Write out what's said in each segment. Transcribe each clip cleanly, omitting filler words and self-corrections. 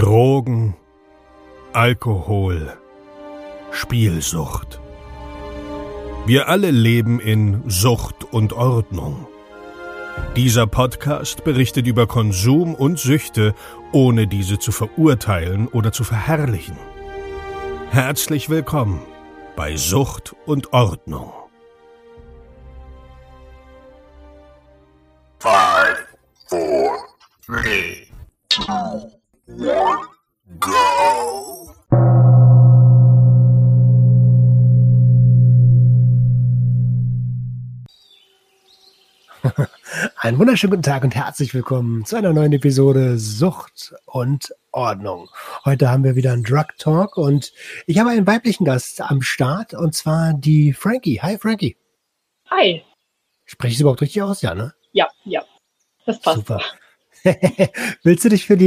Drogen, Alkohol, Spielsucht. Wir alle leben in Sucht und Ordnung. Dieser Podcast berichtet über Konsum und Süchte, ohne diese zu verurteilen oder zu verherrlichen. Herzlich willkommen bei Sucht und Ordnung. 5, 4, 3, 2, 1, go! Einen wunderschönen guten Tag und herzlich willkommen zu einer neuen Episode Sucht und Ordnung. Heute haben wir wieder einen Drug Talk und ich habe einen weiblichen Gast am Start und zwar die Frankie. Hi Frankie. Hi. Spreche ich es überhaupt richtig aus? Ja, ne? Ja, das passt. Super. Willst du dich für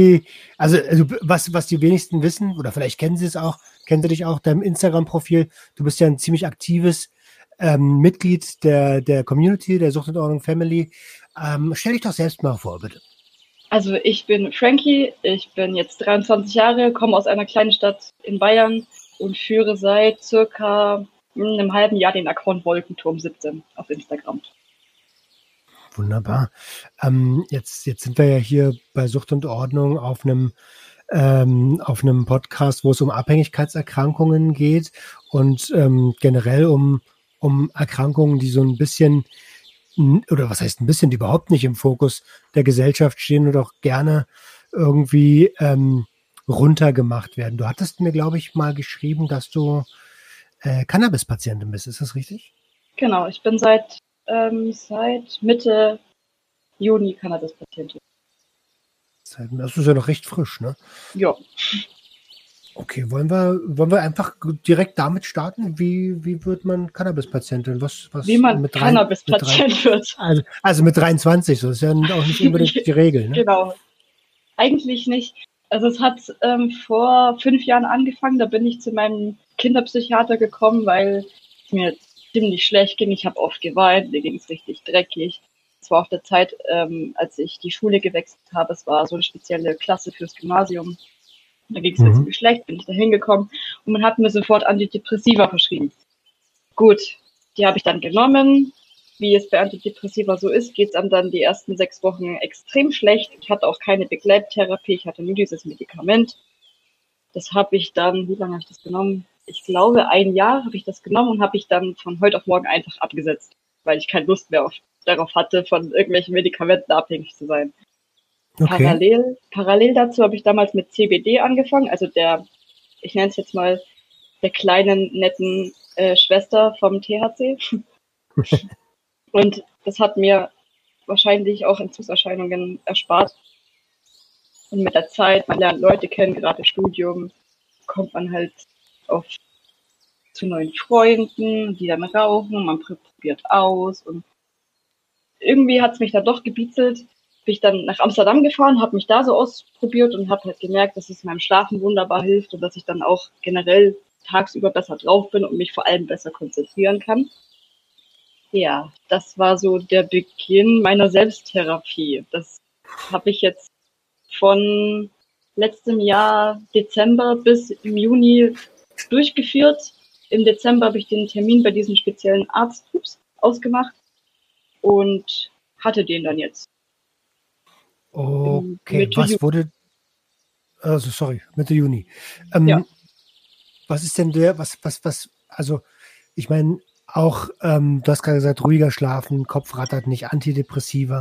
was die wenigsten wissen, oder vielleicht kennen sie es auch, kennen sie dich auch, deinem Instagram-Profil, du bist ja ein ziemlich aktives Mitglied der Community, der Sucht und Ordnung Family. Stell dich doch selbst mal vor, bitte. Also ich bin Frankie, ich bin jetzt 23 Jahre, komme aus einer kleinen Stadt in Bayern und führe seit circa einem halben Jahr den Account Wolkenturm17 auf Instagram. Wunderbar. Jetzt sind wir ja hier bei Sucht und Ordnung auf einem Podcast, wo es um Abhängigkeitserkrankungen geht und generell um Erkrankungen, die so ein bisschen, oder was heißt ein bisschen, die überhaupt nicht im Fokus der Gesellschaft stehen und auch gerne irgendwie runtergemacht werden. Du hattest mir, glaube ich, mal geschrieben, dass du Cannabis-Patientin bist. Ist das richtig? Genau, ich bin seit Mitte Juni Cannabis-Patientin. Das ist ja noch recht frisch, ne? Ja. Okay, wollen wir einfach direkt damit starten? Wie wird man Cannabis-Patientin? Wie man Cannabis-Patient wird. Also mit 23, so ist ja auch nicht unbedingt die Regel, ne? Genau. Eigentlich nicht. Also es hat vor 5 Jahren angefangen, da bin ich zu meinem Kinderpsychiater gekommen, weil es mir ziemlich schlecht ging. Ich habe oft geweint, mir ging es richtig dreckig. Es war auch der Zeit, als ich die Schule gewechselt habe. Es war so eine spezielle Klasse fürs Gymnasium. Da ging es mir ziemlich schlecht, bin ich da hingekommen und man hat mir sofort Antidepressiva verschrieben. Gut, die habe ich dann genommen. Wie es bei Antidepressiva so ist, geht es einem dann die ersten 6 Wochen extrem schlecht. Ich hatte auch keine Begleittherapie, ich hatte nur dieses Medikament. Das habe ich dann, wie lange habe ich das genommen? Ich glaube, 1 Jahr habe ich das genommen und habe ich dann von heute auf morgen einfach abgesetzt, weil ich keine Lust mehr darauf hatte, von irgendwelchen Medikamenten abhängig zu sein. Okay. Parallel dazu habe ich damals mit CBD angefangen, also ich nenne es jetzt mal der kleinen, netten Schwester vom THC. Und das hat mir wahrscheinlich auch Entzugserscheinungen erspart. Und mit der Zeit, man lernt Leute kennen, gerade im Studium, kommt man halt zu neuen Freunden, die dann rauchen, man probiert aus und irgendwie hat es mich dann doch gebiezelt. Bin ich dann nach Amsterdam gefahren, habe mich da so ausprobiert und habe halt gemerkt, dass es meinem Schlafen wunderbar hilft und dass ich dann auch generell tagsüber besser drauf bin und mich vor allem besser konzentrieren kann. Ja, das war so der Beginn meiner Selbsttherapie. Das habe ich jetzt von letztem Jahr Dezember bis im Juni durchgeführt. Im Dezember habe ich den Termin bei diesem speziellen Arzt ausgemacht und hatte den dann jetzt. Okay, Mitte Juni. Ja. Was ist denn also ich meine, auch, du hast gerade gesagt, ruhiger schlafen, Kopf rattert nicht, Antidepressiva.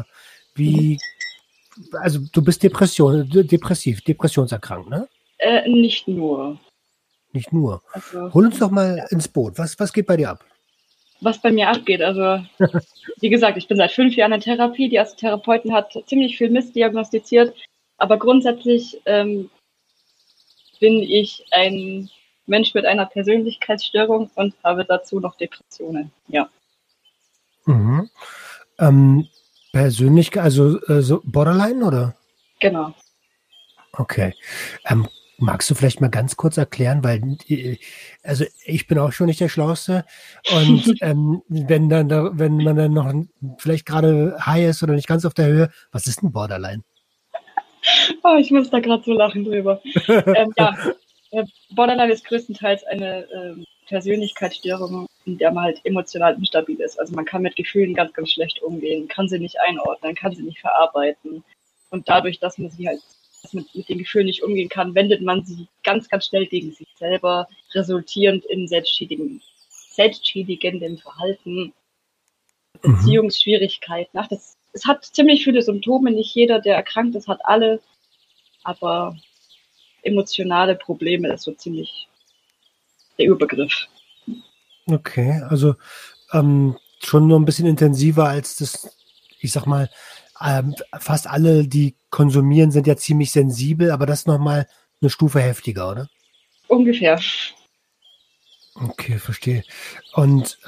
Also du bist depressionserkrankt, ne? Nicht nur. Nicht nur. Also, hol uns doch mal ins Boot. Was geht bei dir ab? Was bei mir abgeht, also wie gesagt, ich bin seit 5 Jahren in Therapie. Die erste Therapeutin hat ziemlich viel Mist diagnostiziert, aber grundsätzlich bin ich ein Mensch mit einer Persönlichkeitsstörung und habe dazu noch Depressionen, ja. Mhm. Also so Borderline, oder? Genau. Okay. Magst du vielleicht mal ganz kurz erklären, weil also ich bin auch schon nicht der Schlauste und wenn man dann noch vielleicht gerade high ist oder nicht ganz auf der Höhe, was ist ein Borderline? Oh, ich muss da gerade so lachen drüber. Ja, Borderline ist größtenteils eine Persönlichkeitsstörung, in der man halt emotional instabil ist. Also man kann mit Gefühlen ganz, ganz schlecht umgehen, kann sie nicht einordnen, kann sie nicht verarbeiten. Und dadurch, dass man sie halt mit den Gefühlen nicht umgehen kann, wendet man sie ganz, ganz schnell gegen sich selber, resultierend in selbstschädigendem Verhalten, Beziehungsschwierigkeiten. Es hat ziemlich viele Symptome, nicht jeder, der erkrankt ist, hat alle, aber emotionale Probleme ist so ziemlich der Überbegriff. Okay, also schon nur ein bisschen intensiver als das, ich sag mal, fast alle, die konsumieren, sind ja ziemlich sensibel, aber das nochmal eine Stufe heftiger, oder? Ungefähr. Okay, verstehe. Und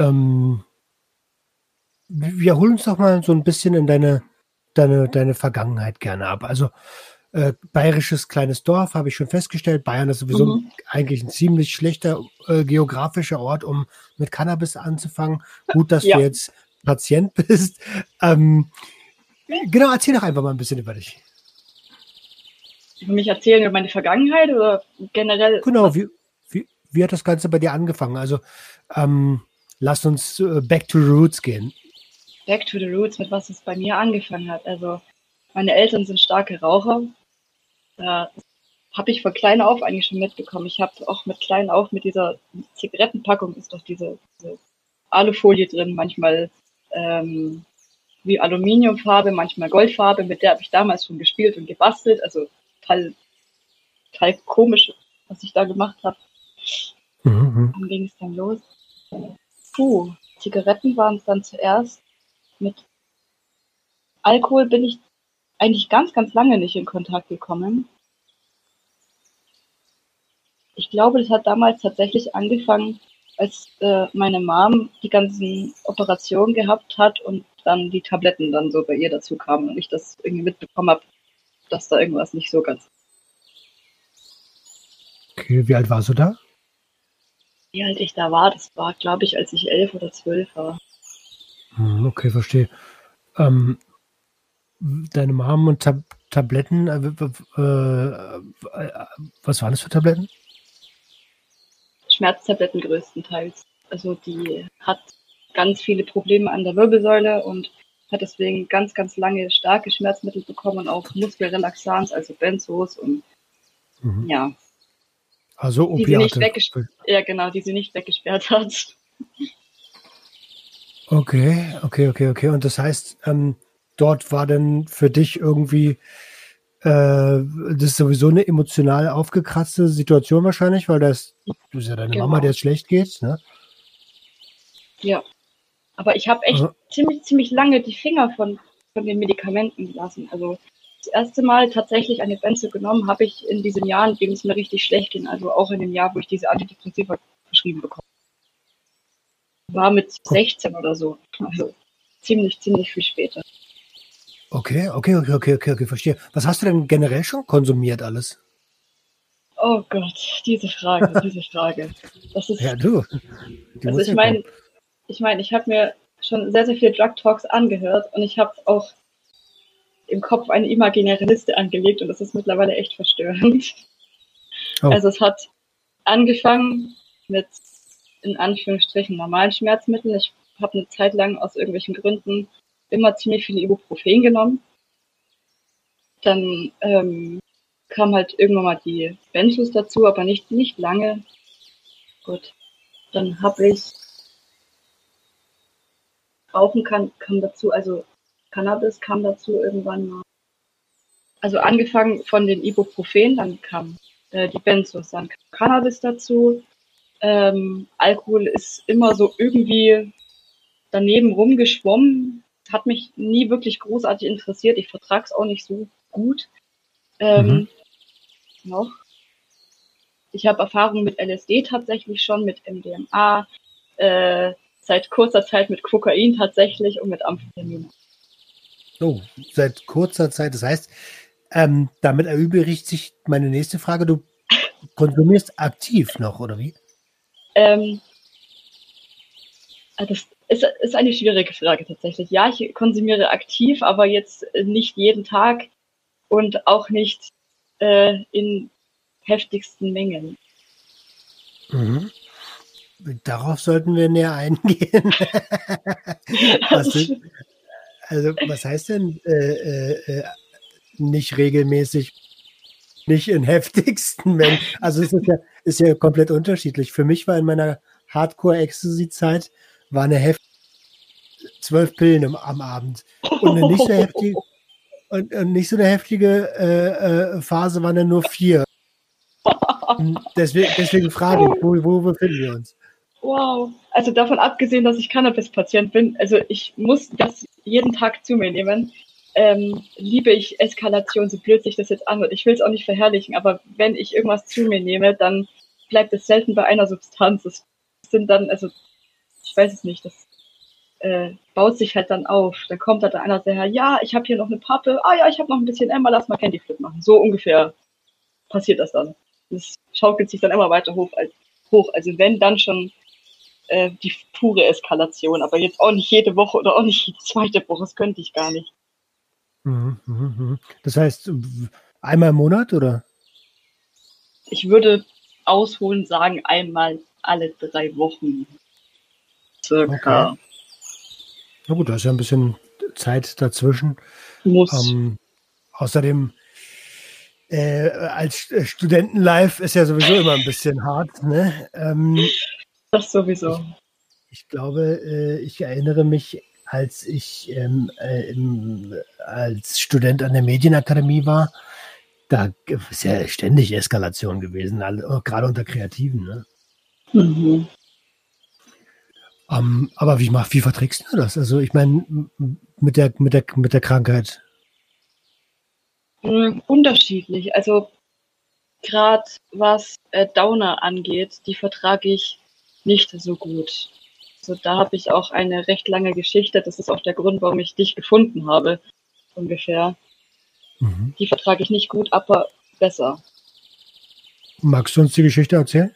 wir holen uns doch mal so ein bisschen in deine Vergangenheit gerne ab. Also bayerisches kleines Dorf, habe ich schon festgestellt. Bayern ist sowieso eigentlich ein ziemlich schlechter geografischer Ort, um mit Cannabis anzufangen. Gut, dass du jetzt Patient bist. Genau, erzähl doch einfach mal ein bisschen über dich. Über mich erzählen, über meine Vergangenheit oder generell? Genau, wie hat das Ganze bei dir angefangen? Also lass uns back to roots gehen. Back to the roots, mit was es bei mir angefangen hat. Also meine Eltern sind starke Raucher. Da habe ich von klein auf eigentlich schon mitbekommen. Ich habe auch mit klein auf mit dieser Zigarettenpackung ist doch diese Alufolie drin, manchmal wie Aluminiumfarbe, manchmal Goldfarbe, mit der habe ich damals schon gespielt und gebastelt. Also total komisch, was ich da gemacht habe. Dann ging es dann los. Zigaretten waren es dann zuerst. Mit Alkohol bin ich eigentlich ganz, ganz lange nicht in Kontakt gekommen. Ich glaube, das hat damals tatsächlich angefangen, als meine Mom die ganzen Operationen gehabt hat und dann die Tabletten dann so bei ihr dazu kamen und ich das irgendwie mitbekommen habe, dass da irgendwas nicht so ganz. Okay, wie alt warst du da? Wie alt ich da war, das war, glaube ich, als ich 11 oder 12 war. Okay, verstehe. Deine Mom und Tabletten, was waren das für Tabletten? Schmerztabletten größtenteils. Also die hat ganz viele Probleme an der Wirbelsäule und hat deswegen ganz, ganz lange starke Schmerzmittel bekommen und auch Muskelrelaxans, also Benzos und ja. Also Opiate. Die sie nicht weggesperrt hat. Okay. Und das heißt, dort war dann für dich irgendwie, das ist sowieso eine emotional aufgekratzte Situation wahrscheinlich, weil das ist ja deine Mama, der es schlecht geht, ne? Ja. Aber ich habe echt ziemlich lange die Finger von den Medikamenten gelassen. Also das erste Mal tatsächlich eine Benzo genommen habe ich in diesem Jahr, in dem es mir richtig schlecht ging. Also auch in dem Jahr, wo ich diese Antidepressiva verschrieben bekommen habe. War mit 16 oder so. Also ziemlich viel später. Okay, verstehe. Was hast du denn generell schon konsumiert alles? Oh Gott, diese Frage. Das ist, ja, du. Also ich meine, ich habe mir schon sehr, sehr viele Drug Talks angehört und ich habe auch im Kopf eine imaginäre Liste angelegt und das ist mittlerweile echt verstörend. Oh. Also es hat angefangen mit, in Anführungsstrichen, normalen Schmerzmitteln. Ich habe eine Zeit lang aus irgendwelchen Gründen immer ziemlich viele Ibuprofen genommen. Dann kam halt irgendwann mal die Benzos dazu, aber nicht lange. Gut. Dann habe ich Rauchen kam dazu, also Cannabis kam dazu irgendwann mal. Also angefangen von den Ibuprofen, dann kam die Benzos, dann kam Cannabis dazu. Alkohol ist immer so irgendwie daneben rumgeschwommen. Hat mich nie wirklich großartig interessiert. Ich vertrage es auch nicht so gut. Noch. Ich habe Erfahrung mit LSD tatsächlich schon, mit MDMA, seit kurzer Zeit mit Kokain tatsächlich und mit Amphetamin. Oh, seit kurzer Zeit. Das heißt, damit erübrigt sich meine nächste Frage. Du konsumierst aktiv noch, oder wie? Das ist eine schwierige Frage tatsächlich. Ja, ich konsumiere aktiv, aber jetzt nicht jeden Tag. und auch nicht in heftigsten Mengen. Mhm. Darauf sollten wir näher eingehen. Was heißt denn nicht regelmäßig, nicht in heftigsten Mengen? Also es ist ja komplett unterschiedlich. Für mich war in meiner Hardcore-Ecstasy-Zeit war eine 12 Pillen am Abend. Und eine nicht so heftige und nicht so eine heftige Phase waren dann nur 4. Deswegen frage ich, wo befinden wir uns? Wow. Also davon abgesehen, dass ich Cannabis-Patient bin, also ich muss das jeden Tag zu mir nehmen, liebe ich Eskalation, so blöd sich das jetzt anhört. Ich will es auch nicht verherrlichen, aber wenn ich irgendwas zu mir nehme, dann bleibt es selten bei einer Substanz. Es sind dann, also ich weiß es nicht, das baut sich halt dann auf. Dann kommt da einer, der ja, ich habe hier noch eine Pappe, ja, ich habe noch ein bisschen Emma, lass mal Candy Flip machen. So ungefähr passiert das dann. Das schaukelt sich dann immer weiter hoch. Also wenn, dann schon die pure Eskalation, aber jetzt auch nicht jede Woche oder auch nicht jede zweite Woche, das könnte ich gar nicht. Das heißt, einmal im Monat, oder? Ich würde ausholen sagen, einmal alle 3 Wochen. Circa. Okay. Na gut, da ist ja ein bisschen Zeit dazwischen. Muss. Außerdem, als Studentenlife ist ja sowieso immer ein bisschen hart, ne? Das sowieso. Ich glaube, ich erinnere mich, als ich als Student an der Medienakademie war, da ist ja ständig Eskalation gewesen, gerade unter Kreativen. Ne? Mhm. Aber wie verträgst du das? Also ich meine, mit der Krankheit. Unterschiedlich. Also gerade was Downer angeht, die vertrage ich nicht so gut. Also da habe ich auch eine recht lange Geschichte. Das ist auch der Grund, warum ich dich gefunden habe, ungefähr. Mhm. Die vertrage ich nicht gut, aber besser. Magst du uns die Geschichte erzählen?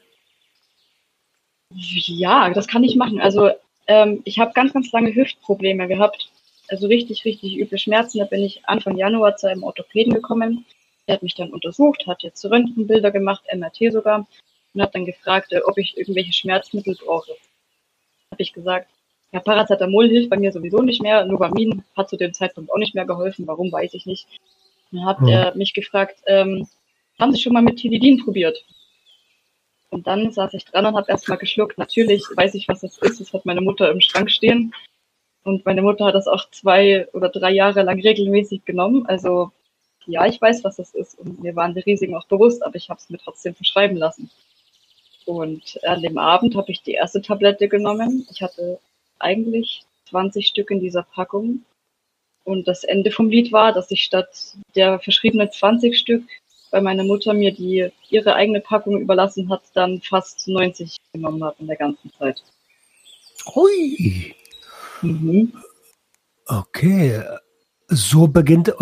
Ja, das kann ich machen. Also ich habe ganz, ganz lange Hüftprobleme gehabt. Also richtig, richtig üble Schmerzen. Da bin ich Anfang Januar zu einem Orthopäden gekommen. Der hat mich dann untersucht, hat jetzt Röntgenbilder gemacht, MRT sogar, und hat dann gefragt, ob ich irgendwelche Schmerzmittel brauche. Habe ich gesagt, ja, Paracetamol hilft bei mir sowieso nicht mehr. Novamin hat zu dem Zeitpunkt auch nicht mehr geholfen. Warum, weiß ich nicht. Dann hat er mich gefragt, haben Sie schon mal mit Tilidin probiert? Und dann saß ich dran und habe erstmal geschluckt. Natürlich weiß ich, was das ist. Das hat meine Mutter im Schrank stehen. Und meine Mutter hat das auch 2 oder 3 Jahre lang regelmäßig genommen. Also ja, ich weiß, was das ist. Und mir waren die Risiken auch bewusst, aber ich habe es mir trotzdem verschreiben lassen. Und an dem Abend habe ich die erste Tablette genommen. Ich hatte eigentlich 20 Stück in dieser Packung. Und das Ende vom Lied war, dass ich statt der verschriebenen 20 Stück bei meiner Mutter mir ihre eigene Packung überlassen hat, dann fast 90 genommen habe in der ganzen Zeit. Hui. Mhm. Okay. So beginnt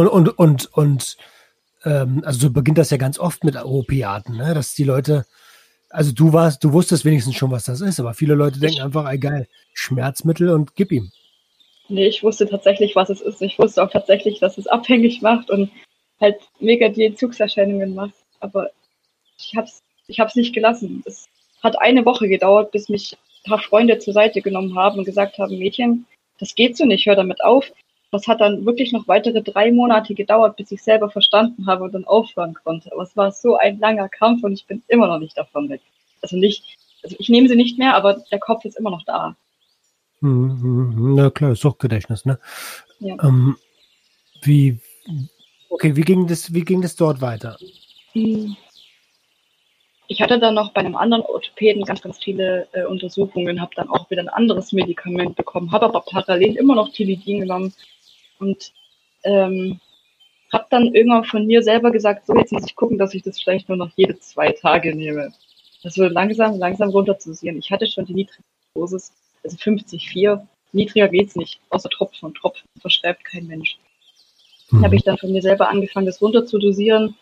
also so beginnt das ja ganz oft mit Opiaten, ne? Dass die Leute, also du wusstest wenigstens schon, was das ist, aber viele Leute denken einfach, geil, Schmerzmittel und gib ihm. Nee, ich wusste tatsächlich, was es ist. Ich wusste auch tatsächlich, dass es abhängig macht und halt mega die Entzugserscheinungen macht. Aber ich hab's nicht gelassen. Es hat eine Woche gedauert, bis mich ein paar Freunde zur Seite genommen haben und gesagt haben, Mädchen, das geht so nicht, hör damit auf. Das hat dann wirklich noch weitere 3 Monate gedauert, bis ich selber verstanden habe und dann aufhören konnte. Aber es war so ein langer Kampf und ich bin immer noch nicht davon weg. Also ich nehme sie nicht mehr, aber der Kopf ist immer noch da. Na klar, Suchtgedächtnis, ne? Ja. Wie ging das dort weiter? Ich hatte dann noch bei einem anderen Orthopäden ganz, ganz viele Untersuchungen, habe dann auch wieder ein anderes Medikament bekommen, habe aber parallel immer noch Tilidin genommen und habe dann irgendwann von mir selber gesagt, so jetzt muss ich gucken, dass ich das vielleicht nur noch jede 2 Tage nehme. Also langsam runterzudosieren. Ich hatte schon die niedrige Dosis, also 50,4. Niedriger geht's nicht, außer Tropfen. Tropfen verschreibt kein Mensch. Habe ich dann von mir selber angefangen, das runter zu dosieren.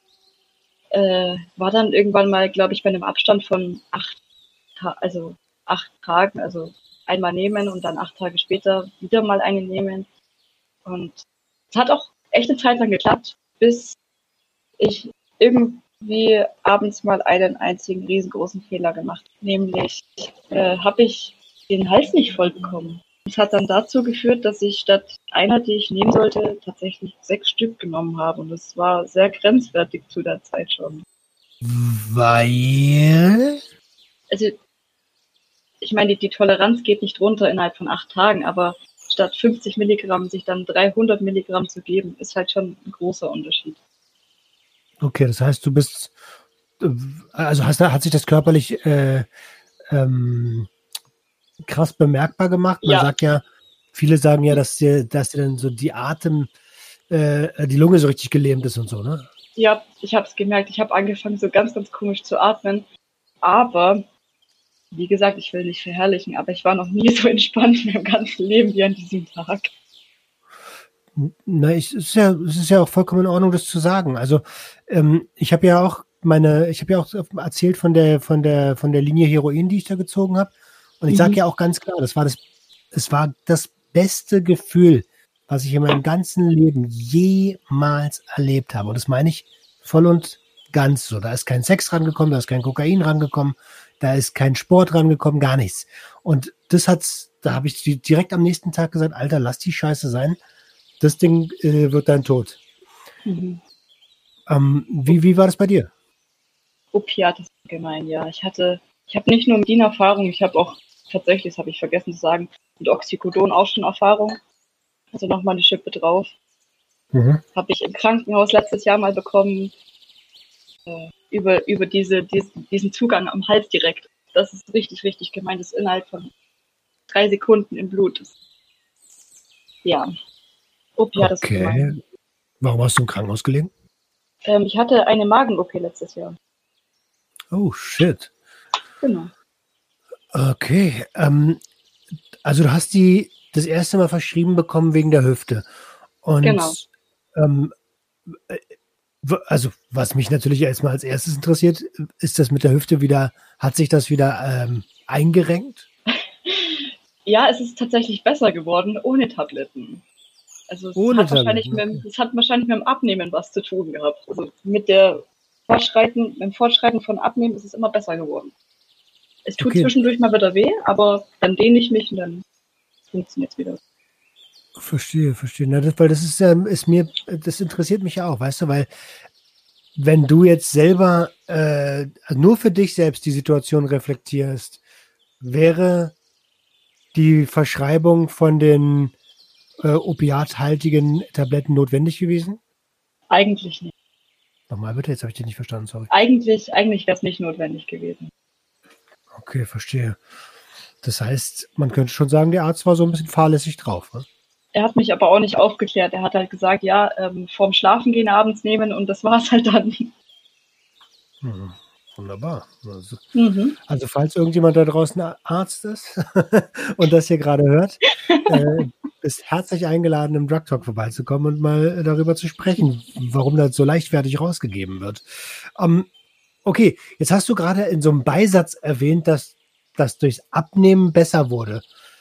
War dann irgendwann mal, glaube ich, bei einem Abstand von 8 Tagen, also einmal nehmen und dann 8 Tage später wieder mal eine nehmen. Und es hat auch echt eine Zeit lang geklappt. bis ich irgendwie abends mal einen einzigen riesengroßen Fehler gemacht. Nämlich habe ich den Hals nicht voll bekommen. Das hat dann dazu geführt, dass ich statt einer, die ich nehmen sollte, tatsächlich 6 Stück genommen habe. Und das war sehr grenzwertig zu der Zeit schon. Weil? Also, ich meine, die Toleranz geht nicht runter innerhalb von 8 Tagen, aber statt 50 Milligramm sich dann 300 Milligramm zu geben, ist halt schon ein großer Unterschied. Okay, das heißt, du bist, also hat sich das körperlich krass bemerkbar gemacht? Man sagt ja, viele sagen ja, dass dir dann so die die Lunge so richtig gelähmt ist und so, ne? Ja, ich habe es gemerkt. Ich habe angefangen, so ganz, ganz komisch zu atmen. Aber, wie gesagt, ich will nicht verherrlichen, aber ich war noch nie so entspannt in meinem ganzen Leben wie an diesem Tag. Na, es ist ja auch vollkommen in Ordnung, das zu sagen. Also, ich habe ja auch erzählt von der Linie Heroin, die ich da gezogen habe. Und ich sage ja auch ganz klar, es war das beste Gefühl, was ich in meinem ganzen Leben jemals erlebt habe. Und das meine ich voll und ganz so. Da ist kein Sex rangekommen, da ist kein Kokain rangekommen, da ist kein Sport rangekommen, gar nichts. Und da habe ich direkt am nächsten Tag gesagt, Alter, lass die Scheiße sein. Das Ding wird dein Tod. Mhm. Wie war das bei dir? Opiat ist gemein, ja. Ich habe nicht nur mit DIN Erfahrung, ich habe auch tatsächlich, das habe ich vergessen zu sagen, mit Oxycodon auch schon Erfahrung. Also nochmal eine Schippe drauf. Mhm. Habe ich im Krankenhaus letztes Jahr mal bekommen, über diesen Zugang am Hals direkt. Das ist richtig, richtig gemein. Das ist innerhalb von 3 Sekunden im Blut. Ja. Opiat ist gemein. Warum hast du im Krankenhaus gelegen? Ich hatte eine Magen-OP letztes Jahr. Oh, shit. Genau. Okay. Also du hast die das erste Mal verschrieben bekommen wegen der Hüfte. Und genau. Also was mich natürlich erstmal als erstes interessiert, ist das mit der Hüfte hat sich das wieder eingerenkt? Ja, es ist tatsächlich besser geworden ohne Tabletten. Also es hat wahrscheinlich mit dem Abnehmen was zu tun gehabt. Also mit dem Fortschreiten von Abnehmen ist es immer besser geworden. Es tut zwischendurch mal wieder weh, aber dann dehne ich mich und dann funktioniert es wieder. Verstehe. Na, weil das das interessiert mich ja auch, weißt du, weil wenn du jetzt selber nur für dich selbst die Situation reflektierst, wäre die Verschreibung von den opiathaltigen Tabletten notwendig gewesen? Eigentlich nicht. Nochmal bitte, jetzt habe ich dich nicht verstanden, sorry. Eigentlich wäre es nicht notwendig gewesen. Okay, verstehe. Das heißt, man könnte schon sagen, der Arzt war so ein bisschen fahrlässig drauf, ne? Er hat mich aber auch nicht aufgeklärt. Er hat halt gesagt, ja, vorm Schlafengehen abends nehmen und das war es halt dann. Wunderbar. Also falls irgendjemand da draußen Arzt ist und das hier gerade hört, bist herzlich eingeladen, im Drug Talk vorbeizukommen und mal darüber zu sprechen, warum das so leichtfertig rausgegeben wird. Okay, jetzt hast du gerade in so einem Beisatz erwähnt, dass das durchs Abnehmen besser wurde.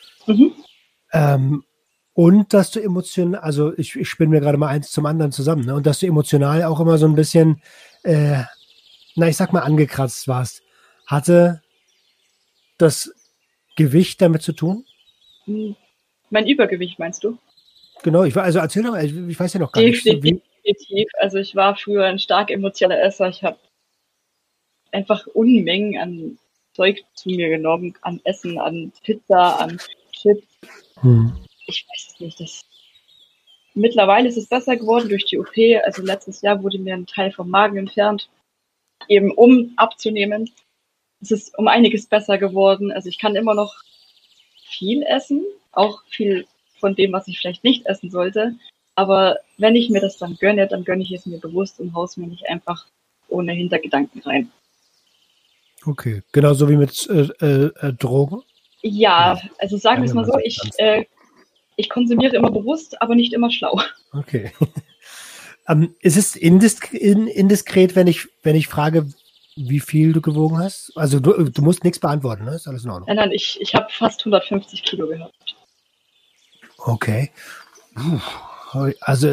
Und dass du emotional, also ich spinne mir gerade mal eins zum anderen zusammen, ne? Und dass du emotional auch immer so ein bisschen ich sag mal, angekratzt warst. Hatte das Gewicht damit zu tun? Mein Übergewicht, meinst du? Genau, also erzähl doch mal, ich weiß ja noch gar nicht. Definitiv. Also ich war früher ein stark emotionaler Esser. Ich habe einfach Unmengen an Zeug zu mir genommen, an Essen, an Pizza, an Chips. Ich weiß es nicht. Mittlerweile ist es besser geworden durch die OP. Also letztes Jahr wurde mir ein Teil vom Magen entfernt, eben um abzunehmen. Es ist um einiges besser geworden. Also ich kann immer noch viel essen, auch viel von dem, was ich vielleicht nicht essen sollte. Aber wenn ich mir das dann gönne ich es mir bewusst und haue es mir nicht einfach ohne Hintergedanken rein. Okay, genauso wie mit Drogen? Ja, also sagen wir es mal so, ich konsumiere immer bewusst, aber nicht immer schlau. Okay. Ist es indiskret, wenn ich frage, wie viel du gewogen hast? Also du musst nichts beantworten, ne? Ist alles in Ordnung? Nein, ich habe fast 150 Kilo gehabt. Okay. Also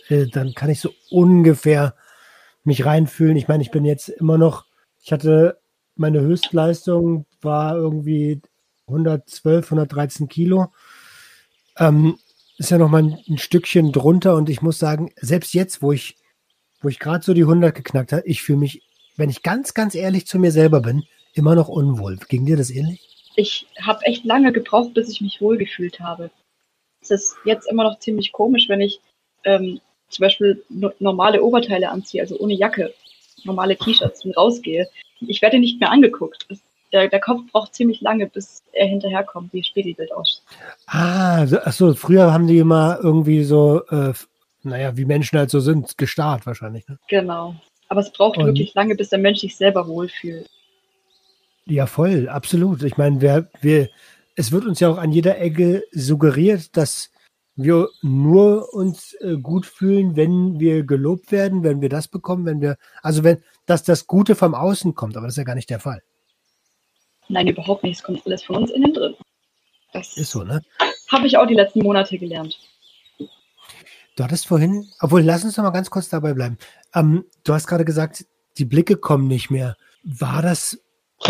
dann kann ich so ungefähr mich reinfühlen. Ich meine, ich bin jetzt immer noch, meine Höchstleistung war irgendwie 112, 113 Kilo. Ist ja noch mal ein Stückchen drunter und ich muss sagen, selbst jetzt, wo ich gerade so die 100 geknackt habe, ich fühle mich, wenn ich ganz, ganz ehrlich zu mir selber bin, immer noch unwohl. Ging dir das ähnlich? Ich habe echt lange gebraucht, bis ich mich wohlgefühlt habe. Es ist jetzt immer noch ziemlich komisch, wenn ich zum Beispiel normale Oberteile anziehe, also ohne Jacke, normale T-Shirts und rausgehe. Ich werde nicht mehr angeguckt. Der Kopf braucht ziemlich lange, bis er hinterherkommt, wie Spiegelbild aussieht. Achso, früher haben die immer irgendwie so, wie Menschen halt so sind, gestarrt wahrscheinlich. Ne? Genau. Aber es braucht wirklich lange, bis der Mensch sich selber wohlfühlt. Ja, voll, absolut. Ich meine, es wird uns ja auch an jeder Ecke suggeriert, dass wir nur uns gut fühlen, wenn wir gelobt werden, wenn wir das bekommen, dass das Gute vom Außen kommt, aber das ist ja gar nicht der Fall. Nein, überhaupt nicht. Es kommt alles von uns innen drin. Das ist so, ne? Habe ich auch die letzten Monate gelernt. Du hattest vorhin, obwohl, lass uns noch mal ganz kurz dabei bleiben. Du hast gerade gesagt, die Blicke kommen nicht mehr. War das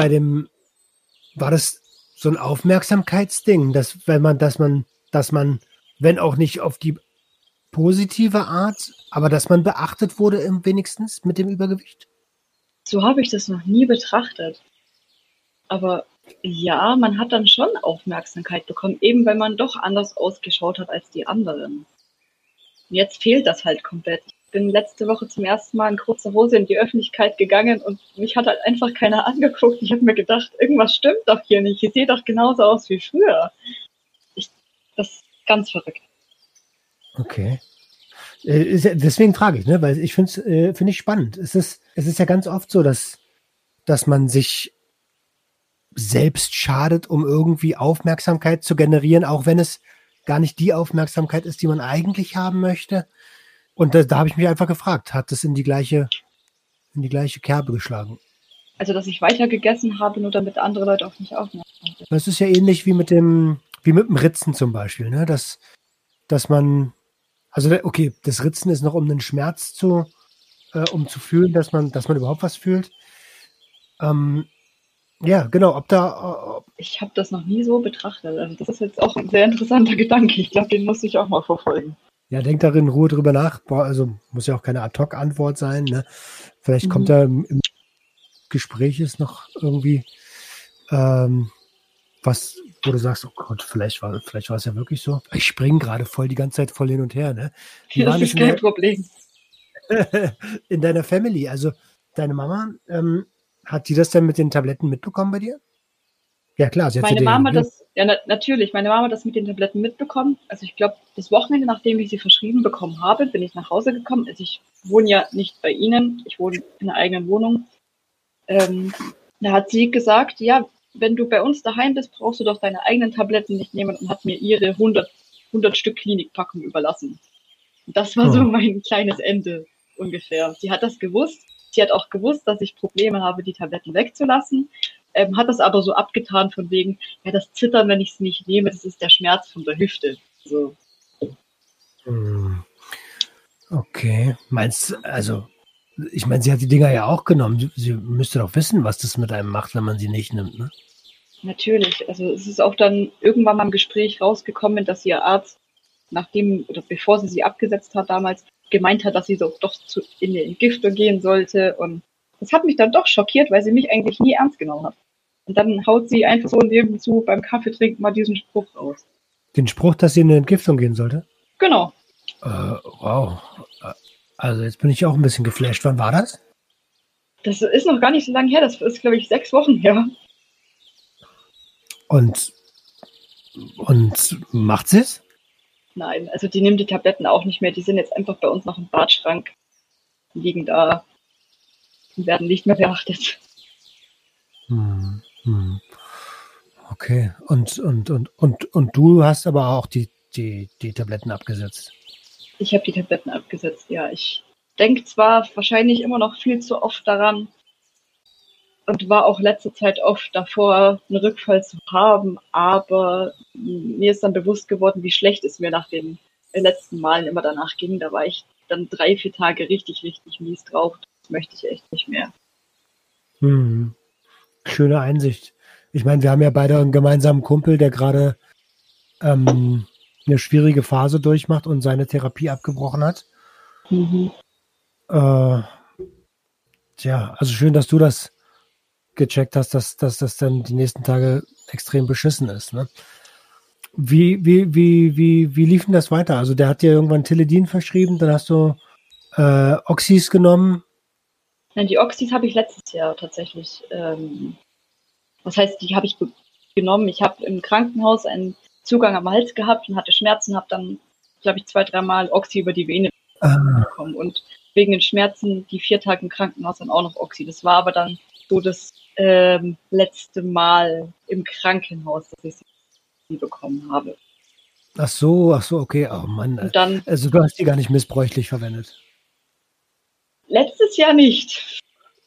so ein Aufmerksamkeitsding, dass man, wenn auch nicht auf die positive Art, aber dass man beachtet wurde wenigstens mit dem Übergewicht? So habe ich das noch nie betrachtet. Aber ja, man hat dann schon Aufmerksamkeit bekommen, eben weil man doch anders ausgeschaut hat als die anderen. Und jetzt fehlt das halt komplett. Ich bin letzte Woche zum ersten Mal in kurzer Hose in die Öffentlichkeit gegangen und mich hat halt einfach keiner angeguckt. Ich habe mir gedacht, irgendwas stimmt doch hier nicht. Ich sehe doch genauso aus wie früher. Das ist ganz verrückt. Okay. Deswegen frage ich, ne? Weil ich finde ich spannend. Es ist ja ganz oft so, dass man sich selbst schadet, um irgendwie Aufmerksamkeit zu generieren, auch wenn es gar nicht die Aufmerksamkeit ist, die man eigentlich haben möchte. Und da habe ich mich einfach gefragt, hat das in die gleiche Kerbe geschlagen? Also, dass ich weiter gegessen habe, nur damit andere Leute auf mich aufmerksam sind. Das ist ja ähnlich wie mit dem Ritzen zum Beispiel, ne? Dass man, also okay, das Ritzen ist noch um den Schmerz um zu fühlen, dass man überhaupt was fühlt. Ja, genau, ich habe das noch nie so betrachtet. Also das ist jetzt auch ein sehr interessanter Gedanke. Ich glaube, den muss ich auch mal verfolgen. Ja, denk darin in Ruhe drüber nach. Also muss ja auch keine Ad-Hoc-Antwort sein. Ne? Vielleicht kommt da im Gespräch ist noch irgendwie was, wo du sagst, oh Gott, vielleicht war es ja wirklich so. Ich springe gerade die ganze Zeit voll hin und her. Ne? Das ist kein Problem. In deiner Family, also deine Mama, hat die das denn mit den Tabletten mitbekommen bei dir? Ja, klar. Natürlich, meine Mama hat das mit den Tabletten mitbekommen. Also ich glaube, das Wochenende, nachdem ich sie verschrieben bekommen habe, bin ich nach Hause gekommen. Also ich wohne ja nicht bei Ihnen, ich wohne in einer eigenen Wohnung. Da hat sie gesagt, ja, wenn du bei uns daheim bist, brauchst du doch deine eigenen Tabletten nicht nehmen und hat mir ihre 100 Stück Klinikpackung überlassen. Und das war so mein kleines Ende ungefähr. Sie hat das gewusst. Sie hat auch gewusst, dass ich Probleme habe, die Tabletten wegzulassen, hat das aber so abgetan von wegen, ja, das Zittern, wenn ich es nicht nehme, das ist der Schmerz von der Hüfte. So. Okay. Ich meine, sie hat die Dinger ja auch genommen. Sie müsste doch wissen, was das mit einem macht, wenn man sie nicht nimmt, ne? Natürlich. Also es ist auch dann irgendwann mal im Gespräch rausgekommen, dass ihr Arzt, bevor sie abgesetzt hat damals, gemeint hat, dass sie doch in die Entgiftung gehen sollte. Und das hat mich dann doch schockiert, weil sie mich eigentlich nie ernst genommen hat. Und dann haut sie einfach so nebenzu beim Kaffeetrinken mal diesen Spruch raus. Den Spruch, dass sie in eine Entgiftung gehen sollte? Genau. Wow. Also jetzt bin ich auch ein bisschen geflasht. Wann war das? Das ist noch gar nicht so lange her. Das ist, glaube ich, 6 Wochen her. Und macht sie es? Nein, also die nimmt die Tabletten auch nicht mehr. Die sind jetzt einfach bei uns noch im Badschrank. Die liegen da und werden nicht mehr beachtet. Okay. Und du hast aber auch die Tabletten abgesetzt? Ich habe die Tabletten abgesetzt, ja. Ich denke zwar wahrscheinlich immer noch viel zu oft daran und war auch letzte Zeit oft davor, einen Rückfall zu haben, aber mir ist dann bewusst geworden, wie schlecht es mir nach den letzten Malen immer danach ging. Da war ich dann 3-4 Tage richtig, richtig mies drauf. Das möchte ich echt nicht mehr. Schöne Einsicht. Ich meine, wir haben ja beide einen gemeinsamen Kumpel, der gerade eine schwierige Phase durchmacht und seine Therapie abgebrochen hat. Also schön, dass du das gecheckt hast, dass das dann die nächsten Tage extrem beschissen ist. Ne? Wie lief denn das weiter? Also der hat dir irgendwann Tilidin verschrieben, dann hast du Oxys genommen. Nein, die Oxys habe ich letztes Jahr tatsächlich. Was heißt, die habe ich genommen? Ich habe im Krankenhaus einen Zugang am Hals gehabt und hatte Schmerzen, habe dann, glaube ich, 2-3 Mal Oxy über die Vene bekommen und wegen den Schmerzen die 4 Tage im Krankenhaus dann auch noch Oxy. Das war aber dann so das letzte Mal im Krankenhaus, dass ich sie bekommen habe. Ach so, okay. Oh Mann. Und dann, also du hast die gar nicht missbräuchlich verwendet. Letztes Jahr nicht.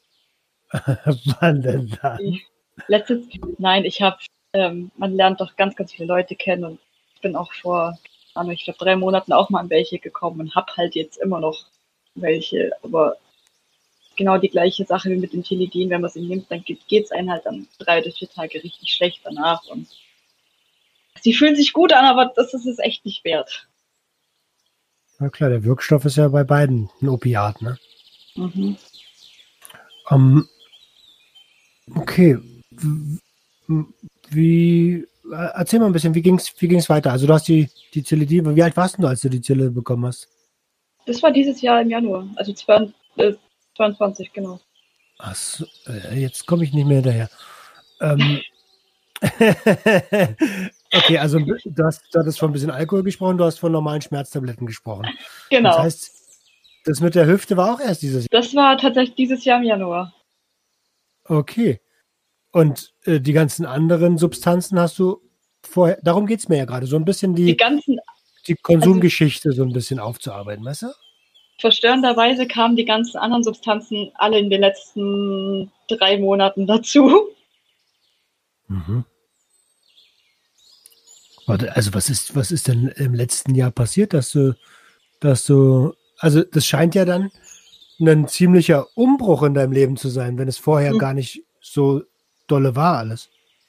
Wann denn dann? Nein, ich habe, man lernt doch ganz, ganz viele Leute kennen und ich bin auch vor, ich glaube 3 Monaten auch mal an welche gekommen und habe halt jetzt immer noch welche, aber genau die gleiche Sache wie mit dem Tilidin, wenn man es nimmt, dann geht es einem halt dann 3 bis 4 Tage richtig schlecht danach und sie fühlen sich gut an, aber das ist es echt nicht wert. Na klar, der Wirkstoff ist ja bei beiden ein Opiat, ne? Okay. Erzähl mal ein bisschen, wie ging's weiter? Also du hast die Tilidin, wie alt warst du, als du die Zille bekommen hast? Das war dieses Jahr im Januar, also 22, genau. Achso, jetzt komme ich nicht mehr hinterher. Okay, also du hattest von ein bisschen Alkohol gesprochen, du hast von normalen Schmerztabletten gesprochen. Genau. Das heißt, das mit der Hüfte war auch erst dieses Jahr? Das war tatsächlich dieses Jahr im Januar. Okay. Und die ganzen anderen Substanzen hast du vorher, darum geht es mir ja gerade, so ein bisschen die Konsumgeschichte so ein bisschen aufzuarbeiten, weißt du? Verstörenderweise kamen die ganzen anderen Substanzen alle in den letzten 3 Monaten dazu. Warte, also was ist denn im letzten Jahr passiert, dass du, also das scheint ja dann ein ziemlicher Umbruch in deinem Leben zu sein, wenn es vorher gar nicht so dolle war alles.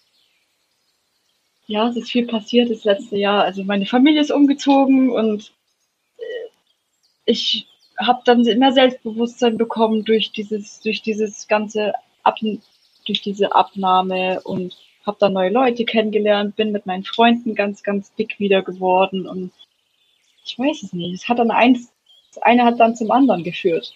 Ja, es ist viel passiert das letzte Jahr. Also meine Familie ist umgezogen und ich habe dann mehr Selbstbewusstsein bekommen durch dieses ganze durch diese Abnahme und habe dann neue Leute kennengelernt, bin mit meinen Freunden ganz, ganz dick wieder geworden und ich weiß es nicht. Es hat dann das eine hat dann zum anderen geführt.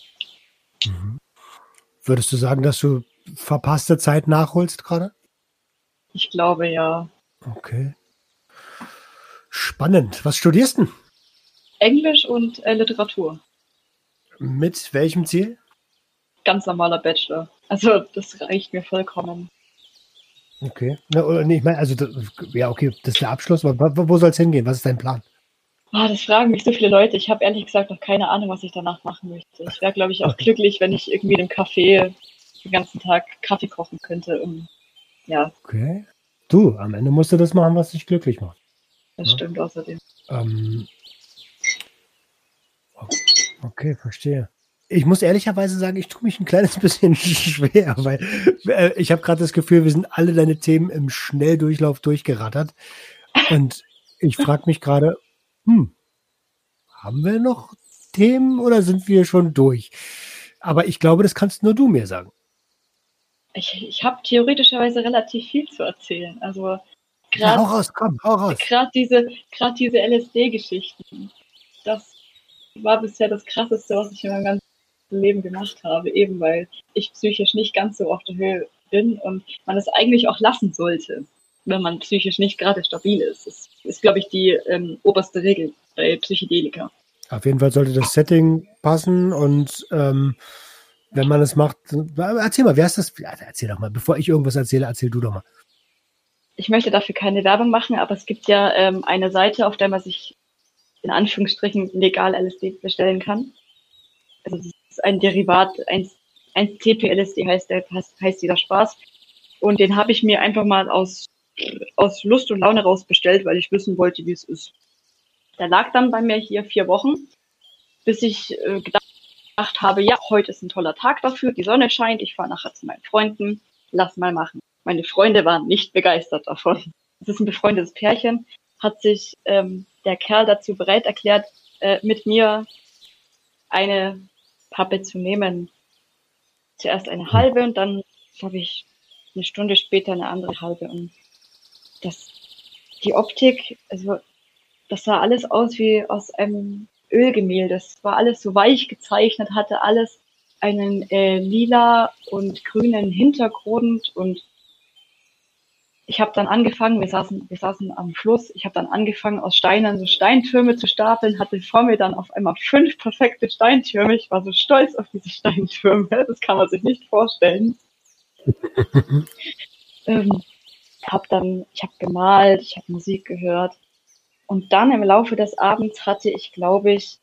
Würdest du sagen, dass du verpasste Zeit nachholst gerade? Ich glaube, ja. Okay. Spannend. Was studierst du? Englisch und Literatur. Mit welchem Ziel? Ganz normaler Bachelor. Also das reicht mir vollkommen. Okay. Ich meine, also ja, okay, das ist der Abschluss, aber wo soll es hingehen? Was ist dein Plan? Das fragen mich so viele Leute. Ich habe ehrlich gesagt noch keine Ahnung, was ich danach machen möchte. Ich wäre, glaube ich, auch glücklich, wenn ich irgendwie in einem Café den ganzen Tag Kaffee kochen könnte. Ja. Okay. Du, am Ende musst du das machen, was dich glücklich macht. Das stimmt außerdem. Okay, verstehe. Ich muss ehrlicherweise sagen, ich tue mich ein kleines bisschen schwer, weil ich habe gerade das Gefühl, wir sind alle deine Themen im Schnelldurchlauf durchgerattert. Und ich frage mich gerade, haben wir noch Themen oder sind wir schon durch? Aber ich glaube, das kannst nur du mir sagen. Ich habe theoretischerweise relativ viel zu erzählen. Also hau raus, komm, hau raus. Gerade diese LSD-Geschichten, das war bisher das Krasseste, was ich in meinem ganzen Leben gemacht habe, eben weil ich psychisch nicht ganz so auf der Höhe bin und man es eigentlich auch lassen sollte, wenn man psychisch nicht gerade stabil ist. Das ist, glaube ich, die oberste Regel bei Psychedelika. Auf jeden Fall sollte das Setting passen und wenn man es macht, erzähl mal, wer ist das? Ja, erzähl doch mal, bevor ich irgendwas erzähle, erzähl du doch mal. Ich möchte dafür keine Werbung machen, aber es gibt ja eine Seite, auf der man sich in Anführungsstrichen legal LSD bestellen kann. Also das ist ein Derivat, 1-CP-LSD heißt dieser Spaß. Und den habe ich mir einfach mal aus Lust und Laune raus bestellt, weil ich wissen wollte, wie es ist. Der lag dann bei mir hier 4 Wochen bis ich gedacht habe, ja, heute ist ein toller Tag dafür, die Sonne scheint, ich fahre nachher zu meinen Freunden, lass mal machen. Meine Freunde waren nicht begeistert davon. Das ist ein befreundetes Pärchen, hat sich der Kerl dazu bereit erklärt, mit mir eine Pappe zu nehmen. Zuerst eine halbe und dann habe ich eine Stunde später eine andere halbe. Und die Optik, also das sah alles aus wie aus einem Ölgemälde. Das war alles so weich gezeichnet, hatte alles einen lila und grünen Hintergrund. Und ich habe dann angefangen, wir saßen am Fluss, ich habe dann angefangen, aus Steinen so Steintürme zu stapeln, hatte vor mir dann auf einmal 5 perfekte Steintürme. Ich war so stolz auf diese Steintürme, das kann man sich nicht vorstellen. Ich habe gemalt, ich habe Musik gehört. Und dann im Laufe des Abends hatte ich, glaube ich,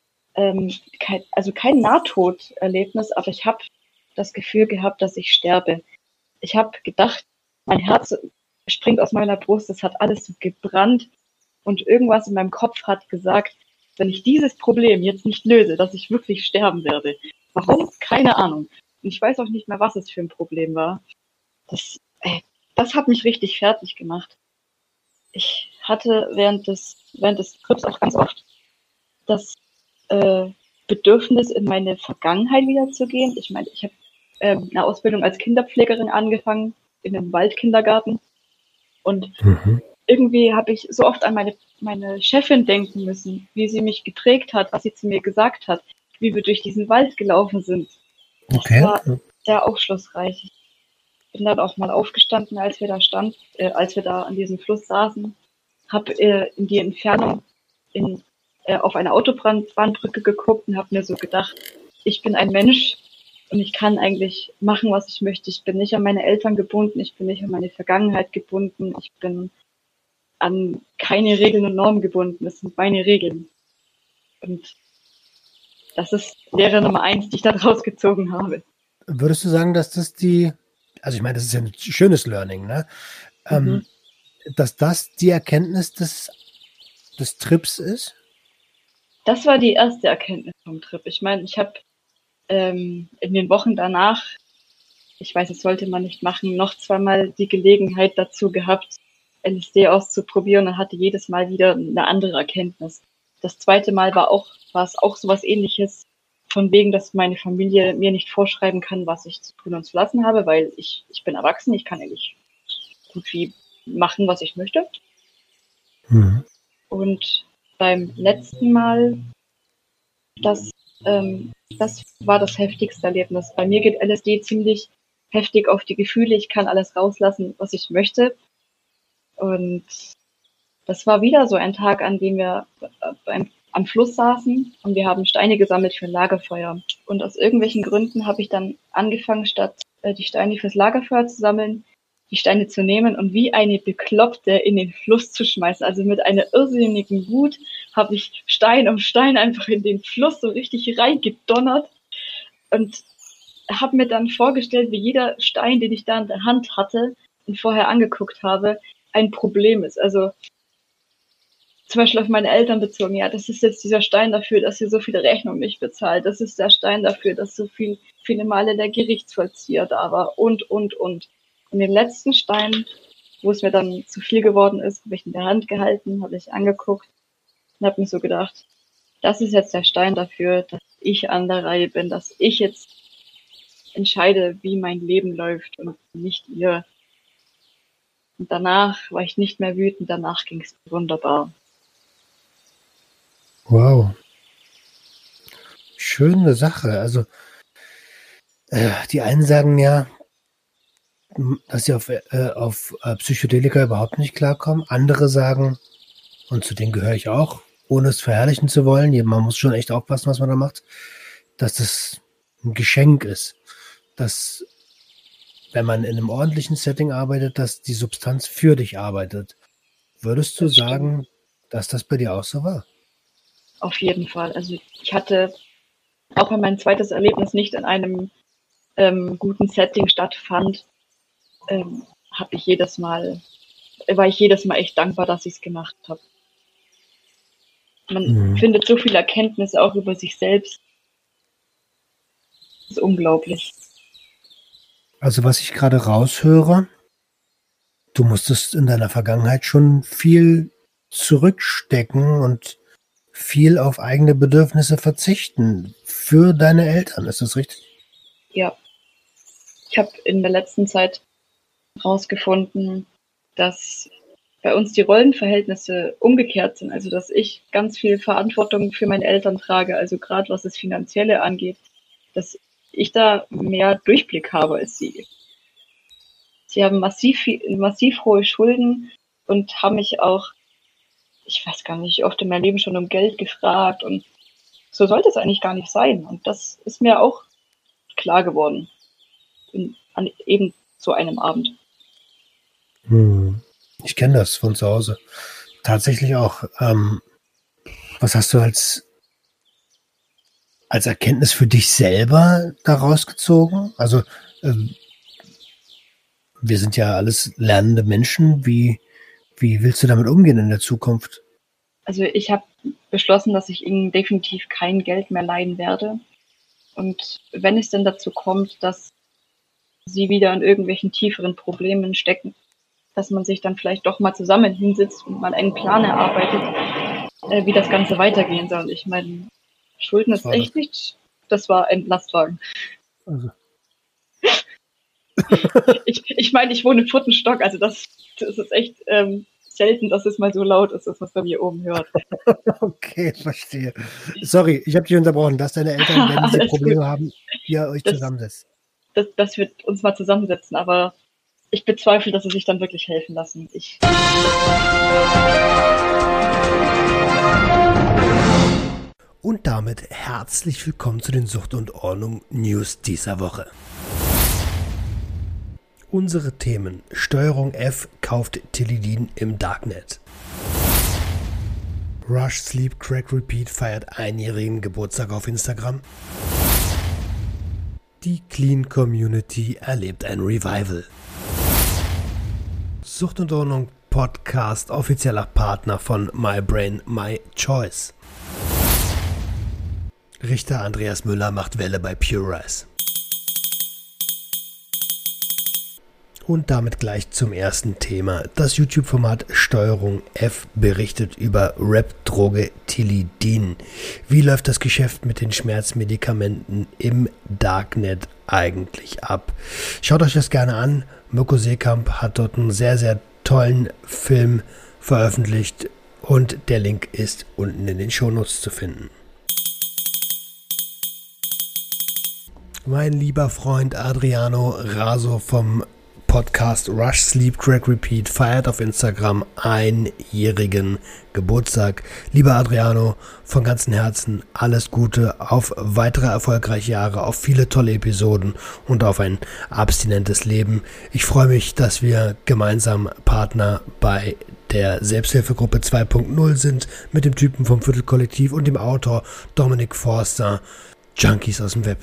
kein Nahtoderlebnis, aber ich habe das Gefühl gehabt, dass ich sterbe. Ich habe gedacht, mein Herz springt aus meiner Brust, es hat alles so gebrannt und irgendwas in meinem Kopf hat gesagt, wenn ich dieses Problem jetzt nicht löse, dass ich wirklich sterben werde. Warum? Keine Ahnung. Und ich weiß auch nicht mehr, was es für ein Problem war. Das hat mich richtig fertig gemacht. Ich hatte während des Trips auch ganz oft das Bedürfnis, in meine Vergangenheit wiederzugehen. Ich meine, ich habe eine Ausbildung als Kinderpflegerin angefangen in einem Waldkindergarten und irgendwie habe ich so oft an meine Chefin denken müssen, wie sie mich geprägt hat, was sie zu mir gesagt hat, wie wir durch diesen Wald gelaufen sind. Das war sehr aufschlussreich. Ich bin dann auch mal aufgestanden, als wir da an diesem Fluss saßen, habe in die Entfernung auf eine Autobahnbrücke geguckt und habe mir so gedacht, ich bin ein Mensch und ich kann eigentlich machen, was ich möchte. Ich bin nicht an meine Eltern gebunden, ich bin nicht an meine Vergangenheit gebunden, ich bin an keine Regeln und Normen gebunden. Das sind meine Regeln. Und das ist Lehre Nummer 1, die ich da draus gezogen habe. Würdest du sagen, dass das also ich meine, das ist ja ein schönes Learning, ne? Dass das die Erkenntnis des Trips ist? Das war die erste Erkenntnis vom Trip. Ich meine, ich habe in den Wochen danach, ich weiß, das sollte man nicht machen, noch zweimal die Gelegenheit dazu gehabt, LSD auszuprobieren und hatte jedes Mal wieder eine andere Erkenntnis. Das zweite Mal war es auch sowas Ähnliches, von wegen, dass meine Familie mir nicht vorschreiben kann, was ich zu tun und zu lassen habe, weil ich bin erwachsen, ich kann eigentlich gut wie machen, was ich möchte. Und beim letzten Mal, das war das heftigste Erlebnis. Bei mir geht LSD ziemlich heftig auf die Gefühle. Ich kann alles rauslassen, was ich möchte. Und das war wieder so ein Tag, an dem wir am Fluss saßen und wir haben Steine gesammelt für ein Lagerfeuer. Und aus irgendwelchen Gründen habe ich dann angefangen, statt die Steine fürs Lagerfeuer zu sammeln, die Steine zu nehmen und wie eine Bekloppte in den Fluss zu schmeißen. Also mit einer irrsinnigen Wut habe ich Stein um Stein einfach in den Fluss so richtig reingedonnert und habe mir dann vorgestellt, wie jeder Stein, den ich da in der Hand hatte und vorher angeguckt habe, ein Problem ist. Also zum Beispiel auf meine Eltern bezogen, ja, das ist jetzt dieser Stein dafür, dass ihr so viele Rechnungen nicht bezahlt. Das ist der Stein dafür, dass so viele Male der Gerichtsvollzieher da war und. Und den letzten Stein, wo es mir dann zu viel geworden ist, habe ich in der Hand gehalten, habe ich angeguckt und habe mir so gedacht, das ist jetzt der Stein dafür, dass ich an der Reihe bin, dass ich jetzt entscheide, wie mein Leben läuft und nicht ihr. Und danach war ich nicht mehr wütend, danach ging es wunderbar. Wow. Schöne Sache. Also die einen sagen ja, dass sie auf Psychedelika überhaupt nicht klarkommen. Andere sagen, und zu denen gehöre ich auch, ohne es verherrlichen zu wollen, man muss schon echt aufpassen, was man da macht, dass das ein Geschenk ist. Dass, wenn man in einem ordentlichen Setting arbeitet, dass die Substanz für dich arbeitet. Würdest du sagen, dass das bei dir auch so war? Auf jeden Fall. Also ich hatte, auch wenn mein zweites Erlebnis nicht in einem guten Setting stattfand, war ich jedes Mal echt dankbar, dass ich es gemacht habe. Man findet so viel Erkenntnis auch über sich selbst. Das ist unglaublich. Also was ich gerade raushöre, du musstest in deiner Vergangenheit schon viel zurückstecken und viel auf eigene Bedürfnisse verzichten für deine Eltern. Ist das richtig? Ja. Ich habe in der letzten Zeit herausgefunden, dass bei uns die Rollenverhältnisse umgekehrt sind. Also dass ich ganz viel Verantwortung für meine Eltern trage. Also gerade was das Finanzielle angeht, dass ich da mehr Durchblick habe als sie. Sie haben massiv hohe Schulden und haben mich auch, ich weiß gar nicht, oft in meinem Leben schon um Geld gefragt. Und so sollte es eigentlich gar nicht sein. Und das ist mir auch klar geworden. An eben so einem Abend. Ich kenne das von zu Hause. Tatsächlich auch. Was hast du als Erkenntnis für dich selber daraus gezogen? Also wir sind ja alles lernende Menschen. Wie willst du damit umgehen in der Zukunft? Also ich habe beschlossen, dass ich ihnen definitiv kein Geld mehr leihen werde. Und wenn es denn dazu kommt, dass sie wieder in irgendwelchen tieferen Problemen stecken, dass man sich dann vielleicht doch mal zusammen hinsetzt und mal einen Plan erarbeitet, wie das Ganze weitergehen soll. Ich meine, Schulden ist echt nicht, das war ein Lastwagen. Also. Ich meine, ich wohne im 4. Stock, also das ist echt selten, dass es mal so laut ist, dass man es bei mir oben hört. Okay, verstehe. Sorry, ich habe dich unterbrochen, dass deine Eltern, wenn sie Probleme haben, ihr euch zusammensetzt. Das wird uns mal zusammensetzen, aber ich bezweifle, dass sie sich dann wirklich helfen lassen. Und damit herzlich willkommen zu den Sucht und Ordnung News dieser Woche. Unsere Themen: Steuerung F kauft Tilidin im Darknet. Rush Sleep Crack Repeat feiert einjährigen Geburtstag auf Instagram. Die Clean Community erlebt ein Revival. Sucht und Ordnung Podcast, offizieller Partner von My Brain, My Choice. Richter Andreas Müller macht Welle bei Pure Rice. Und damit gleich zum ersten Thema. Das YouTube-Format Steuerung F berichtet über Rap-Droge Tilidin. Wie läuft das Geschäft mit den Schmerzmedikamenten im Darknet eigentlich ab? Schaut euch das gerne an. Mirko Seekamp hat dort einen sehr, sehr tollen Film veröffentlicht und der Link ist unten in den Shownotes zu finden. Mein lieber Freund Adriano Raso vom Podcast Rush Sleep Crack Repeat feiert auf Instagram einjährigen Geburtstag. Lieber Adriano, von ganzem Herzen alles Gute auf weitere erfolgreiche Jahre, auf viele tolle Episoden und auf ein abstinentes Leben. Ich freue mich, dass wir gemeinsam Partner bei der Selbsthilfegruppe 2.0 sind mit dem Typen vom Viertelkollektiv und dem Autor Dominik Forster, Junkies aus dem Web.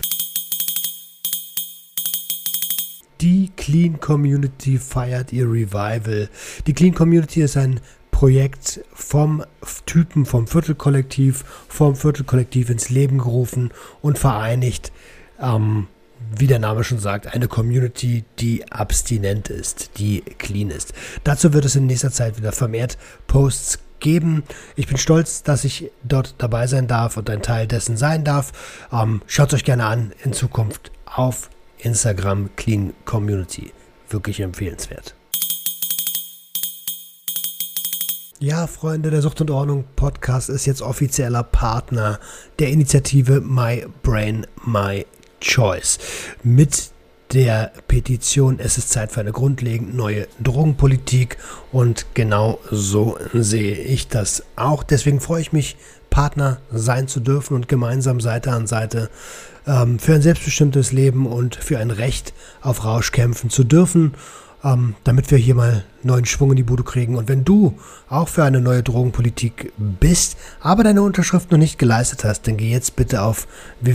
Die Clean Community feiert ihr Revival. Die Clean Community ist ein Projekt vom Typen vom Viertelkollektiv ins Leben gerufen und vereinigt, wie der Name schon sagt, eine Community, die abstinent ist, die clean ist. Dazu wird es in nächster Zeit wieder vermehrt Posts geben. Ich bin stolz, dass ich dort dabei sein darf und ein Teil dessen sein darf. Schaut es euch gerne an in Zukunft auf Instagram Clean Community. Wirklich empfehlenswert. Ja, Freunde, der Sucht und Ordnung Podcast ist jetzt offizieller Partner der Initiative My Brain, My Choice. Mit der Petition Es ist Zeit für eine grundlegend neue Drogenpolitik und genau so sehe ich das auch. Deswegen freue ich mich, Partner sein zu dürfen und gemeinsam Seite an Seite für ein selbstbestimmtes Leben und für ein Recht auf Rausch kämpfen zu dürfen, damit wir hier mal neuen Schwung in die Bude kriegen. Und wenn du auch für eine neue Drogenpolitik bist, aber deine Unterschrift noch nicht geleistet hast, dann geh jetzt bitte auf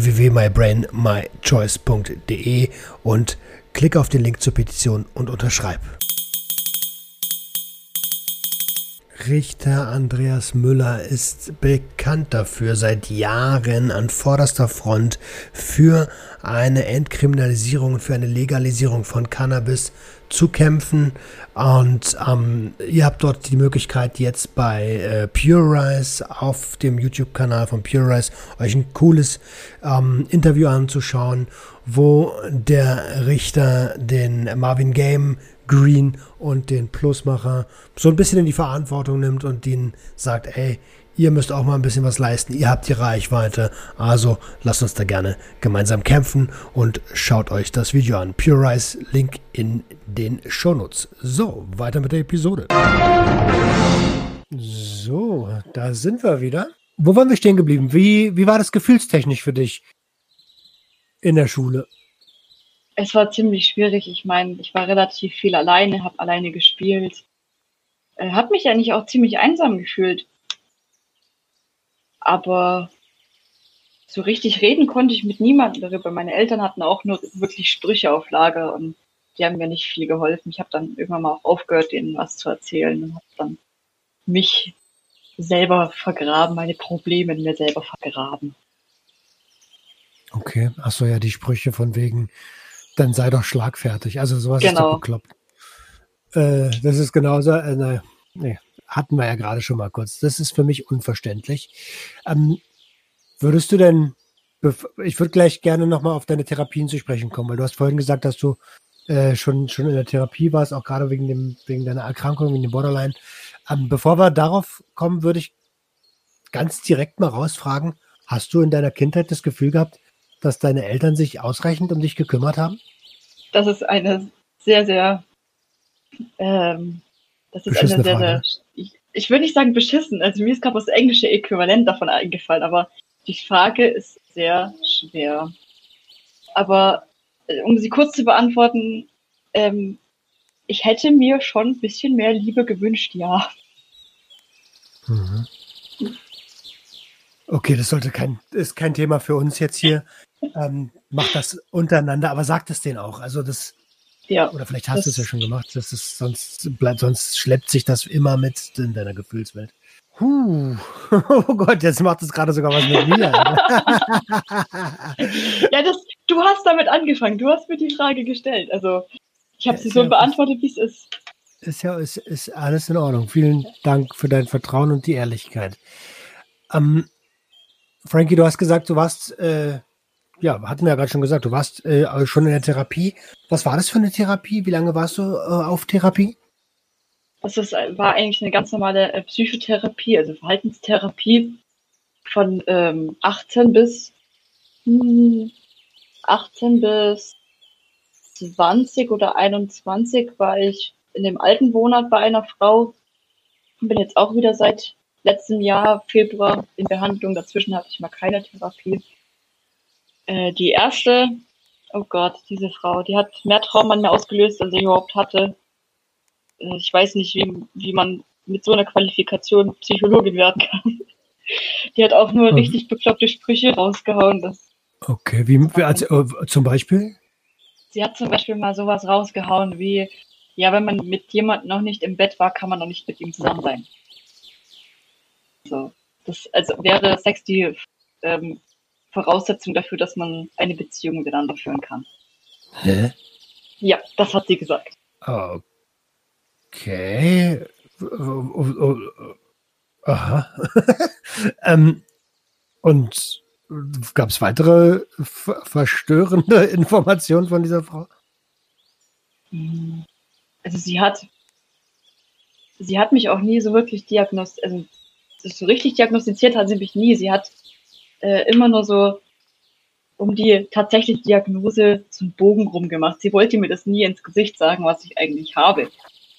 www.mybrainmychoice.de und klick auf den Link zur Petition und unterschreib. Richter Andreas Müller ist bekannt dafür, seit Jahren an vorderster Front für eine Entkriminalisierung, für eine Legalisierung von Cannabis zu kämpfen. Und ihr habt dort die Möglichkeit, jetzt bei Pure Rise auf dem YouTube-Kanal von Pure Rise euch ein cooles Interview anzuschauen, wo der Richter den Marvin Game Green und den Plusmacher so ein bisschen in die Verantwortung nimmt und ihnen sagt, ey, ihr müsst auch mal ein bisschen was leisten, ihr habt die Reichweite, also lasst uns da gerne gemeinsam kämpfen und schaut euch das Video an. Pure Rise, Link in den Shownotes. So, weiter mit der Episode. So, da sind wir wieder. Wo waren wir stehen geblieben? Wie war das gefühlstechnisch für dich in der Schule? Es war ziemlich schwierig. Ich meine, ich war relativ viel alleine, habe alleine gespielt. Habe mich eigentlich auch ziemlich einsam gefühlt. Aber so richtig reden konnte ich mit niemandem darüber. Meine Eltern hatten auch nur wirklich Sprüche auf Lager und die haben mir nicht viel geholfen. Ich habe dann irgendwann mal auch aufgehört, denen was zu erzählen und habe dann mich selber vergraben, meine Probleme in mir selber vergraben. Okay, achso, ja, die Sprüche von wegen, dann sei doch schlagfertig. Also sowas ist doch bekloppt. Das ist genauso, hatten wir ja gerade schon mal kurz. Das ist für mich unverständlich. Würdest du denn, ich würde gleich gerne nochmal auf deine Therapien zu sprechen kommen, weil du hast vorhin gesagt, dass du schon in der Therapie warst, auch gerade wegen deiner Erkrankung, wegen dem Borderline. Bevor wir darauf kommen, würde ich ganz direkt mal rausfragen, hast du in deiner Kindheit das Gefühl gehabt, dass deine Eltern sich ausreichend um dich gekümmert haben? Das ist eine sehr, sehr, ich würde nicht sagen beschissen, also mir ist gerade das englische Äquivalent davon eingefallen, aber die Frage ist sehr schwer. Aber um sie kurz zu beantworten, ich hätte mir schon ein bisschen mehr Liebe gewünscht, ja. Mhm. Okay, das ist kein Thema für uns jetzt hier. Macht das untereinander, aber sagt es denen auch. Also ja, oder vielleicht hast du es ja schon gemacht. Sonst schleppt sich das immer mit in deiner Gefühlswelt. Oh Gott, jetzt macht es gerade sogar was mit mir. Ja, du hast damit angefangen. Du hast mir die Frage gestellt. Also ich habe sie so beantwortet, wie es ist. Ist alles in Ordnung. Vielen Dank für dein Vertrauen und die Ehrlichkeit. Frankie, du hast gesagt, du warst, hatten wir ja gerade schon gesagt, du warst schon in der Therapie. Was war das für eine Therapie? Wie lange warst du auf Therapie? War eigentlich eine ganz normale Psychotherapie, also Verhaltenstherapie von 18 bis 20 oder 21 war ich in dem alten Wohnort bei einer Frau und bin jetzt auch wieder seit letztem Jahr, Februar, in Behandlung. Dazwischen hatte ich mal keine Therapie. Die erste, oh Gott, diese Frau, die hat mehr Trauma an mir ausgelöst, als ich überhaupt hatte. Ich weiß nicht, wie man mit so einer Qualifikation Psychologin werden kann. Die hat auch nur richtig bekloppte Sprüche rausgehauen. Okay, zum Beispiel? Sie hat zum Beispiel mal sowas rausgehauen wie, ja, wenn man mit jemandem noch nicht im Bett war, kann man noch nicht mit ihm zusammen sein. So, also wäre Sex die Voraussetzung dafür, dass man eine Beziehung miteinander führen kann. Hä? Ja, das hat sie gesagt. Okay. Aha. Und gab es weitere verstörende Informationen von dieser Frau? Also sie hat mich auch nie so wirklich so richtig diagnostiziert hat sie mich nie. Sie hat immer nur so um die tatsächliche Diagnose so einen Bogen rumgemacht. Sie wollte mir das nie ins Gesicht sagen, was ich eigentlich habe.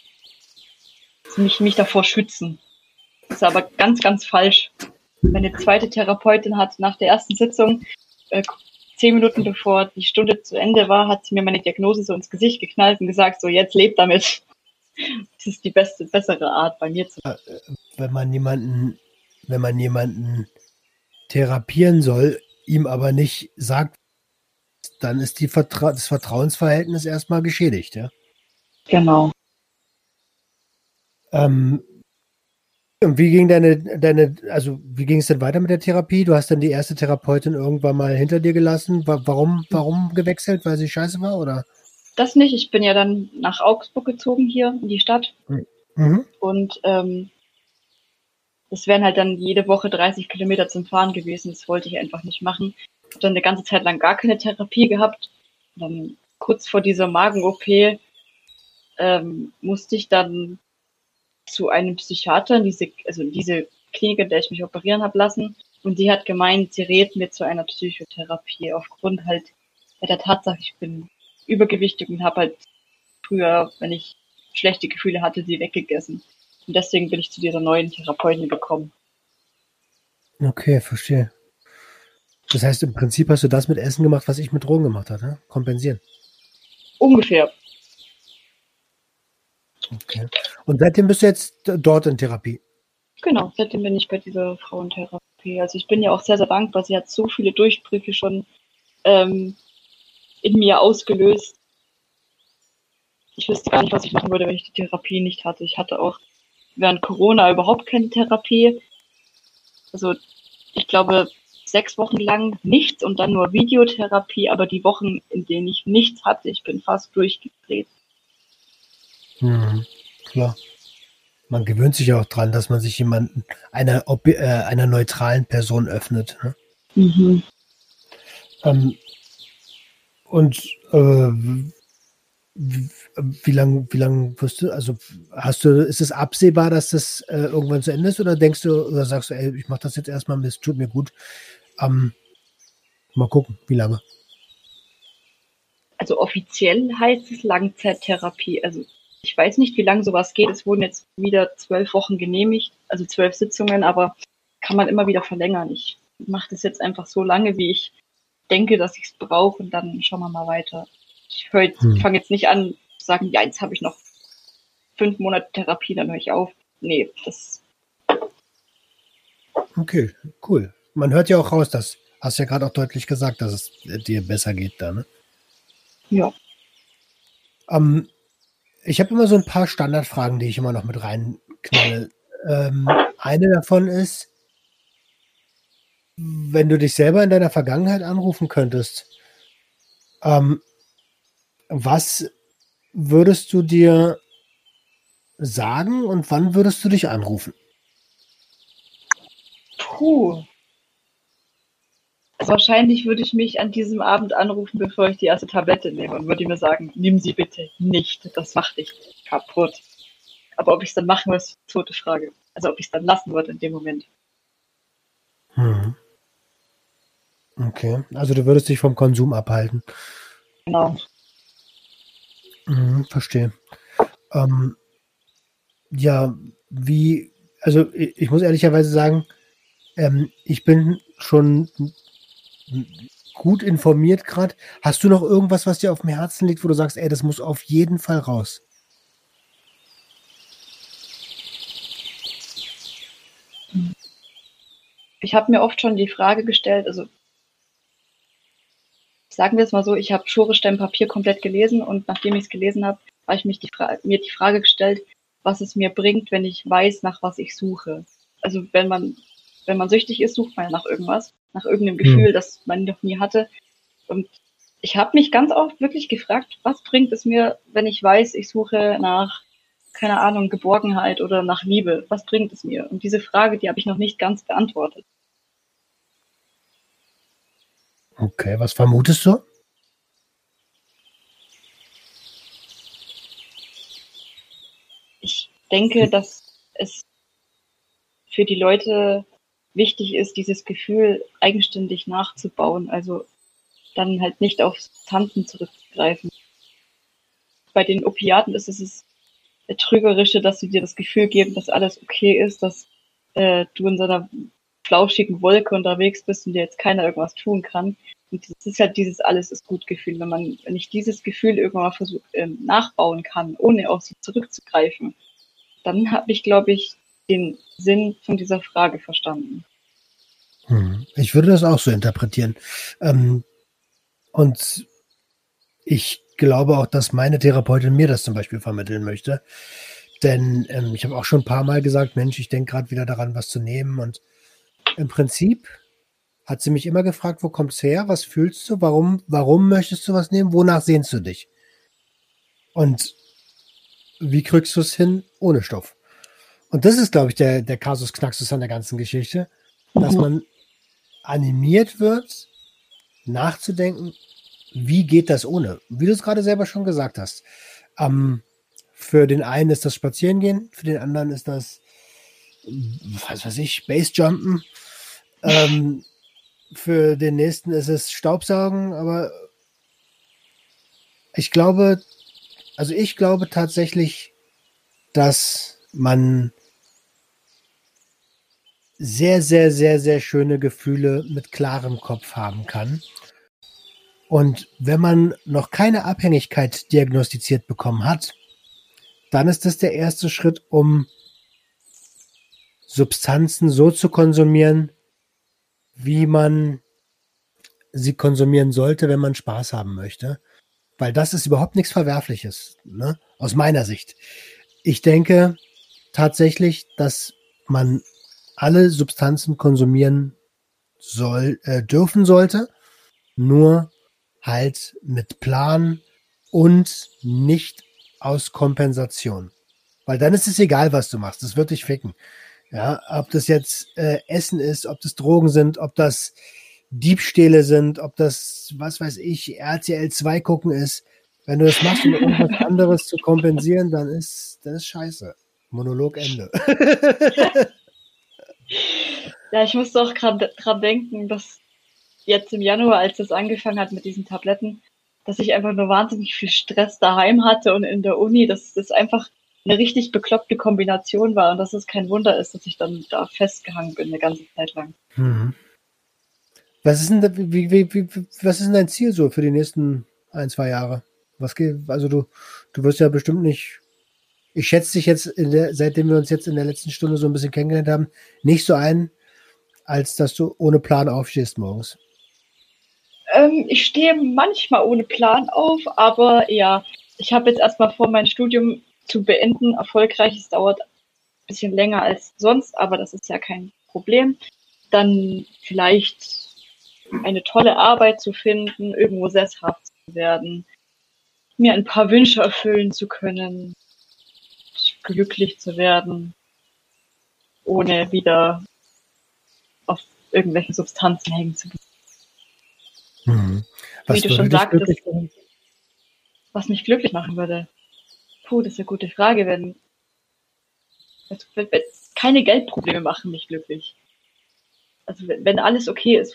Mich davor schützen. Das ist aber ganz, ganz falsch. Meine zweite Therapeutin hat nach der ersten Sitzung, 10 Minuten bevor die Stunde zu Ende war, hat sie mir meine Diagnose so ins Gesicht geknallt und gesagt, so jetzt lebt damit. Das ist die bessere Art, bei mir zu. Wenn man jemanden therapieren soll, ihm aber nicht sagt, dann ist das Vertrauensverhältnis erstmal geschädigt, ja? Genau. Und wie ging also wie ging es denn weiter mit der Therapie? Du hast dann die erste Therapeutin irgendwann mal hinter dir gelassen. Warum gewechselt? Weil sie scheiße war, oder? Das nicht. Ich bin ja dann nach Augsburg gezogen hier in die Stadt. Mhm. Und das wären halt dann jede Woche 30 Kilometer zum Fahren gewesen. Das wollte ich einfach nicht machen. Ich habe dann eine ganze Zeit lang gar keine Therapie gehabt. Und dann kurz vor dieser Magen-OP musste ich dann zu einem Psychiater in diese Klinik, in der ich mich operieren habe lassen. Und die hat gemeint, sie rät mir zu einer Psychotherapie aufgrund halt der Tatsache, ich bin übergewichtig und habe halt früher, wenn ich schlechte Gefühle hatte, sie weggegessen. Und deswegen bin ich zu dieser neuen Therapeutin gekommen. Okay, verstehe. Das heißt, im Prinzip hast du das mit Essen gemacht, was ich mit Drogen gemacht habe, ne? Kompensieren. Ungefähr. Okay. Und seitdem bist du jetzt dort in Therapie? Genau, seitdem bin ich bei dieser Frauentherapie. Also ich bin ja auch sehr, sehr dankbar. Sie hat so viele Durchbrüche schon in mir ausgelöst. Ich wüsste gar nicht, was ich machen würde, wenn ich die Therapie nicht hatte. Ich hatte auch während Corona überhaupt keine Therapie. Also ich glaube 6 Wochen lang nichts und dann nur Videotherapie, aber die Wochen, in denen ich nichts hatte, ich bin fast durchgedreht. Klar. Man gewöhnt sich ja auch dran, dass man sich einer neutralen Person öffnet. Ne? Mhm. Wie lang wirst du, also ist es absehbar, dass das irgendwann zu Ende ist, oder sagst du, ey, ich mache das jetzt erstmal, es tut mir gut. Mal gucken, wie lange. Also offiziell heißt es Langzeittherapie. Also ich weiß nicht, wie lange sowas geht. Es wurden jetzt wieder 12 Wochen genehmigt, also 12 Sitzungen, aber kann man immer wieder verlängern. Ich mache das jetzt einfach so lange, wie ich denke, dass ich es brauche, und dann schauen wir mal weiter. Ich fange jetzt nicht an zu sagen, ja, jetzt habe ich noch 5 Monate Therapie, dann höre ich auf. Nee, das. Okay, cool. Man hört ja auch raus, hast ja gerade auch deutlich gesagt, dass es dir besser geht da, ne? Ja. Ich habe immer so ein paar Standardfragen, die ich immer noch mit reinknalle. Eine davon ist, wenn du dich selber in deiner Vergangenheit anrufen könntest, was würdest du dir sagen und wann würdest du dich anrufen? Puh. Also wahrscheinlich würde ich mich an diesem Abend anrufen, bevor ich die erste Tablette nehme, und würde mir sagen, nimm sie bitte nicht, das macht dich kaputt. Aber ob ich es dann machen würde, ist eine tote Frage. Also ob ich es dann lassen würde in dem Moment. Okay, also du würdest dich vom Konsum abhalten. Genau. Verstehe. Ja, also ich muss ehrlicherweise sagen, ich bin schon gut informiert gerade. Hast du noch irgendwas, was dir auf dem Herzen liegt, wo du sagst, ey, das muss auf jeden Fall raus? Ich habe mir oft schon die Frage gestellt, also sagen wir es mal so, ich habe Schure, Stein, Papier komplett gelesen, und nachdem ich es gelesen habe, habe ich mir die Frage gestellt, was es mir bringt, wenn ich weiß, nach was ich suche. Also wenn man süchtig ist, sucht man ja nach irgendwas, nach irgendeinem Gefühl, das man noch nie hatte. Und ich habe mich ganz oft wirklich gefragt, was bringt es mir, wenn ich weiß, ich suche nach, keine Ahnung, Geborgenheit oder nach Liebe. Was bringt es mir? Und diese Frage, die habe ich noch nicht ganz beantwortet. Okay, was vermutest du? Ich denke, dass es für die Leute wichtig ist, dieses Gefühl eigenständig nachzubauen. Also dann halt nicht auf Substanzen zurückzugreifen. Bei den Opiaten ist es das Trügerische, dass sie dir das Gefühl geben, dass alles okay ist, dass du in so einer flauschigen Wolke unterwegs bist und dir jetzt keiner irgendwas tun kann. Und das ist halt dieses alles ist gut Gefühl. Wenn ich dieses Gefühl irgendwann mal nachbauen kann, ohne auf sie zurückzugreifen, dann habe ich, glaube ich, den Sinn von dieser Frage verstanden. Ich würde das auch so interpretieren. Und ich glaube auch, dass meine Therapeutin mir das zum Beispiel vermitteln möchte. Denn ich habe auch schon ein paar Mal gesagt, Mensch, ich denke gerade wieder daran, was zu nehmen. Und im Prinzip hat sie mich immer gefragt, wo kommt's her? Was fühlst du? Warum möchtest du was nehmen? Wonach sehnst du dich? Und wie kriegst du es hin ohne Stoff? Und das ist, glaube ich, der Kasus Knaxus an der ganzen Geschichte, dass man animiert wird, nachzudenken, wie geht das ohne? Wie du es gerade selber schon gesagt hast. Für den einen ist das Spazierengehen, für den anderen ist das, was weiß ich, Basejumpen. Für den nächsten ist es Staubsaugen, aber ich glaube tatsächlich, dass man sehr, sehr, sehr, sehr schöne Gefühle mit klarem Kopf haben kann. Und wenn man noch keine Abhängigkeit diagnostiziert bekommen hat, dann ist das der erste Schritt, um Substanzen so zu konsumieren, wie man sie konsumieren sollte, wenn man Spaß haben möchte. Weil das ist überhaupt nichts Verwerfliches, ne? Aus meiner Sicht. Ich denke tatsächlich, dass man alle Substanzen konsumieren dürfen sollte, nur halt mit Plan und nicht aus Kompensation. Weil dann ist es egal, was du machst. Das wird dich ficken. Ja, ob das jetzt Essen ist, ob das Drogen sind, ob das Diebstähle sind, ob das, was weiß ich, RTL 2 gucken ist. Wenn du das machst, um irgendwas anderes zu kompensieren, dann ist das scheiße. Monolog Ende. Ja, ich musste auch gerade dran denken, dass jetzt im Januar, als das angefangen hat mit diesen Tabletten, dass ich einfach nur wahnsinnig viel Stress daheim hatte und in der Uni, dass das einfach eine richtig bekloppte Kombination war und dass es kein Wunder ist, dass ich dann da festgehangen bin eine ganze Zeit lang. Was ist denn was ist denn dein Ziel so für die nächsten 1-2 Jahre? Also du wirst ja bestimmt nicht, ich schätze dich jetzt, seitdem wir uns jetzt in der letzten Stunde so ein bisschen kennengelernt haben, nicht so ein, als dass du ohne Plan aufstehst morgens. Ich stehe manchmal ohne Plan auf, aber ja, ich habe jetzt erstmal vor, mein Studium zu beenden. Erfolgreich, es dauert ein bisschen länger als sonst, aber das ist ja kein Problem. Dann vielleicht eine tolle Arbeit zu finden, irgendwo sesshaft zu werden, mir ein paar Wünsche erfüllen zu können, glücklich zu werden, ohne wieder auf irgendwelchen Substanzen hängen zu bleiben. Wie du schon sagtest, was mich glücklich machen würde. Puh, das ist eine gute Frage. Wenn keine Geldprobleme machen mich glücklich. Also wenn alles okay ist,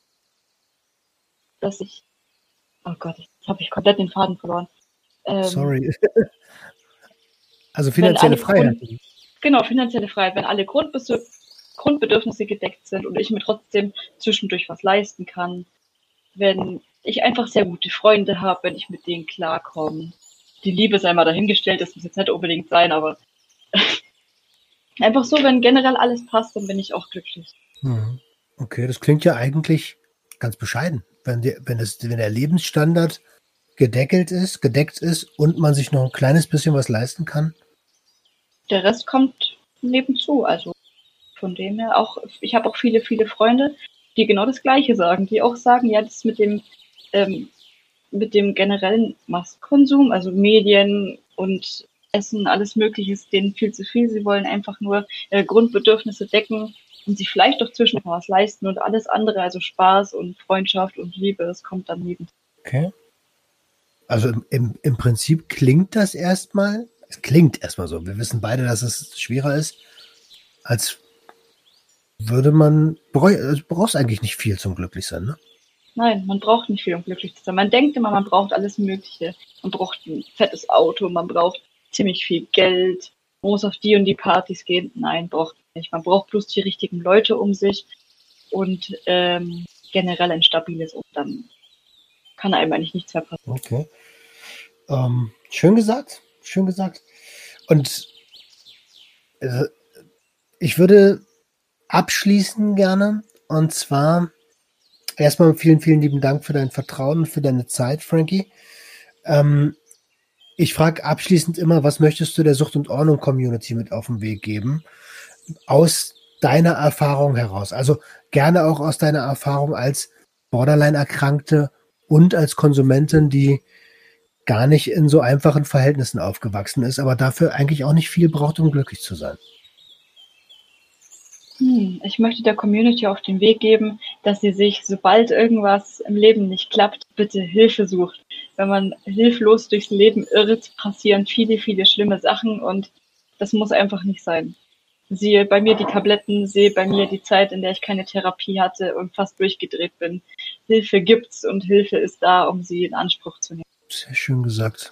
dass ich, oh Gott, jetzt habe ich komplett den Faden verloren. Sorry. Also finanzielle Freiheit. Genau, finanzielle Freiheit. Wenn alle Grundbedürfnisse gedeckt sind und ich mir trotzdem zwischendurch was leisten kann. Wenn ich einfach sehr gute Freunde habe, wenn ich mit denen klarkomme. Die Liebe sei mal dahingestellt, das muss jetzt nicht unbedingt sein, aber einfach so, wenn generell alles passt, dann bin ich auch glücklich. Okay, das klingt ja eigentlich ganz bescheiden. Wenn der Lebensstandard gedeckt ist und man sich noch ein kleines bisschen was leisten kann. Der Rest kommt nebenzu, also von dem her auch, ich habe auch viele, viele Freunde, die genau das Gleiche sagen, die auch sagen, ja, das mit dem generellen Massenkonsum, also Medien und Essen, alles Mögliche ist denen viel zu viel. Sie wollen einfach nur Grundbedürfnisse decken und sich vielleicht auch zwischendurch was leisten und alles andere, also Spaß und Freundschaft und Liebe, das kommt dann neben. Okay. Also im Prinzip klingt das erstmal, es klingt erstmal so. Wir wissen beide, dass es schwerer ist, als würde du brauchst eigentlich nicht viel zum Glücklichsein, ne? Nein, man braucht nicht viel, um glücklich zu sein. Man denkt immer, man braucht alles Mögliche. Man braucht ein fettes Auto, man braucht ziemlich viel Geld, man muss auf die und die Partys gehen. Nein, braucht nicht. Man braucht bloß die richtigen Leute um sich und generell ein stabiles und dann kann einem eigentlich nichts mehr passieren. Okay. Schön gesagt. Und ich würde abschließen gerne, und zwar erstmal vielen, vielen lieben Dank für dein Vertrauen und für deine Zeit, Frankie. Ich frage abschließend immer, was möchtest du der Sucht- und Ordnung-Community mit auf den Weg geben? Aus deiner Erfahrung heraus. Also gerne auch aus deiner Erfahrung als Borderline-Erkrankte und als Konsumentin, die gar nicht in so einfachen Verhältnissen aufgewachsen ist, aber dafür eigentlich auch nicht viel braucht, um glücklich zu sein. Ich möchte der Community auf den Weg geben, dass sie sich, sobald irgendwas im Leben nicht klappt, bitte Hilfe sucht. Wenn man hilflos durchs Leben irrt, passieren viele, viele schlimme Sachen und das muss einfach nicht sein. Siehe bei mir die Tabletten, sehe bei mir die Zeit, in der ich keine Therapie hatte und fast durchgedreht bin. Hilfe gibt's und Hilfe ist da, um sie in Anspruch zu nehmen. Sehr schön gesagt.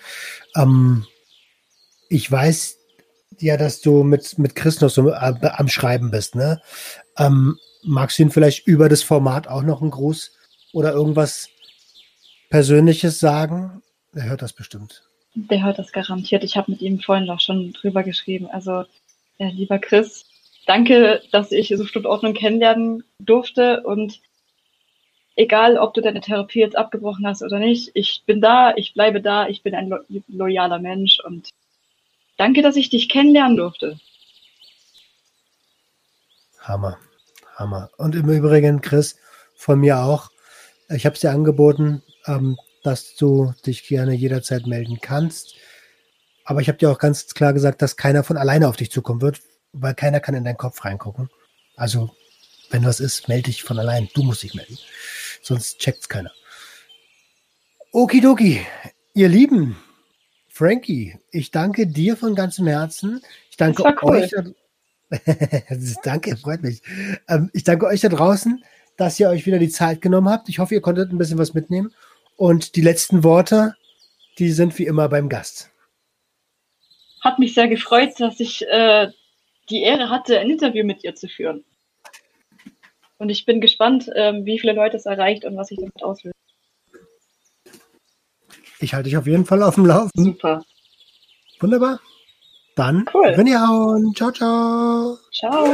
Ich weiß ja, dass du mit Chris noch so am Schreiben bist, ne? Magst du ihn vielleicht über das Format auch noch einen Gruß oder irgendwas Persönliches sagen? Er hört das bestimmt. Der hört das garantiert. Ich habe mit ihm vorhin auch schon drüber geschrieben. Also, lieber Chris, danke, dass ich Sucht und Ordnung kennenlernen durfte und egal, ob du deine Therapie jetzt abgebrochen hast oder nicht, ich bin da, ich bleibe da, ich bin ein loyaler Mensch und danke, dass ich dich kennenlernen durfte. Hammer, Hammer. Und im Übrigen, Chris, von mir auch. Ich habe es dir angeboten, dass du dich gerne jederzeit melden kannst. Aber ich habe dir auch ganz klar gesagt, dass keiner von alleine auf dich zukommen wird, weil keiner kann in deinen Kopf reingucken. Also, wenn was ist, melde dich von allein. Du musst dich melden. Sonst checkt's keiner. Okidoki, ihr Lieben. Frankie, ich danke dir von ganzem Herzen. Ich danke euch. Danke, freut mich. Ich danke euch da draußen, dass ihr euch wieder die Zeit genommen habt. Ich hoffe, ihr konntet ein bisschen was mitnehmen. Und die letzten Worte, die sind wie immer beim Gast. Hat mich sehr gefreut, dass ich die Ehre hatte, ein Interview mit ihr zu führen. Und ich bin gespannt, wie viele Leute es erreicht und was sich damit auslöst. Ich halte dich auf jeden Fall auf dem Laufen. Super. Wunderbar. Dann, cool. Rinjahauen. Ciao, ciao. Ciao.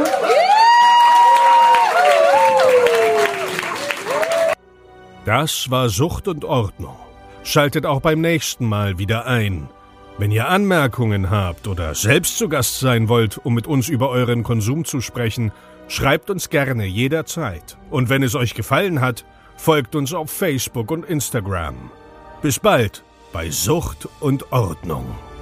Das war Sucht und Ordnung. Schaltet auch beim nächsten Mal wieder ein. Wenn ihr Anmerkungen habt oder selbst zu Gast sein wollt, um mit uns über euren Konsum zu sprechen, schreibt uns gerne jederzeit. Und wenn es euch gefallen hat, folgt uns auf Facebook und Instagram. Bis bald bei Sucht und Ordnung.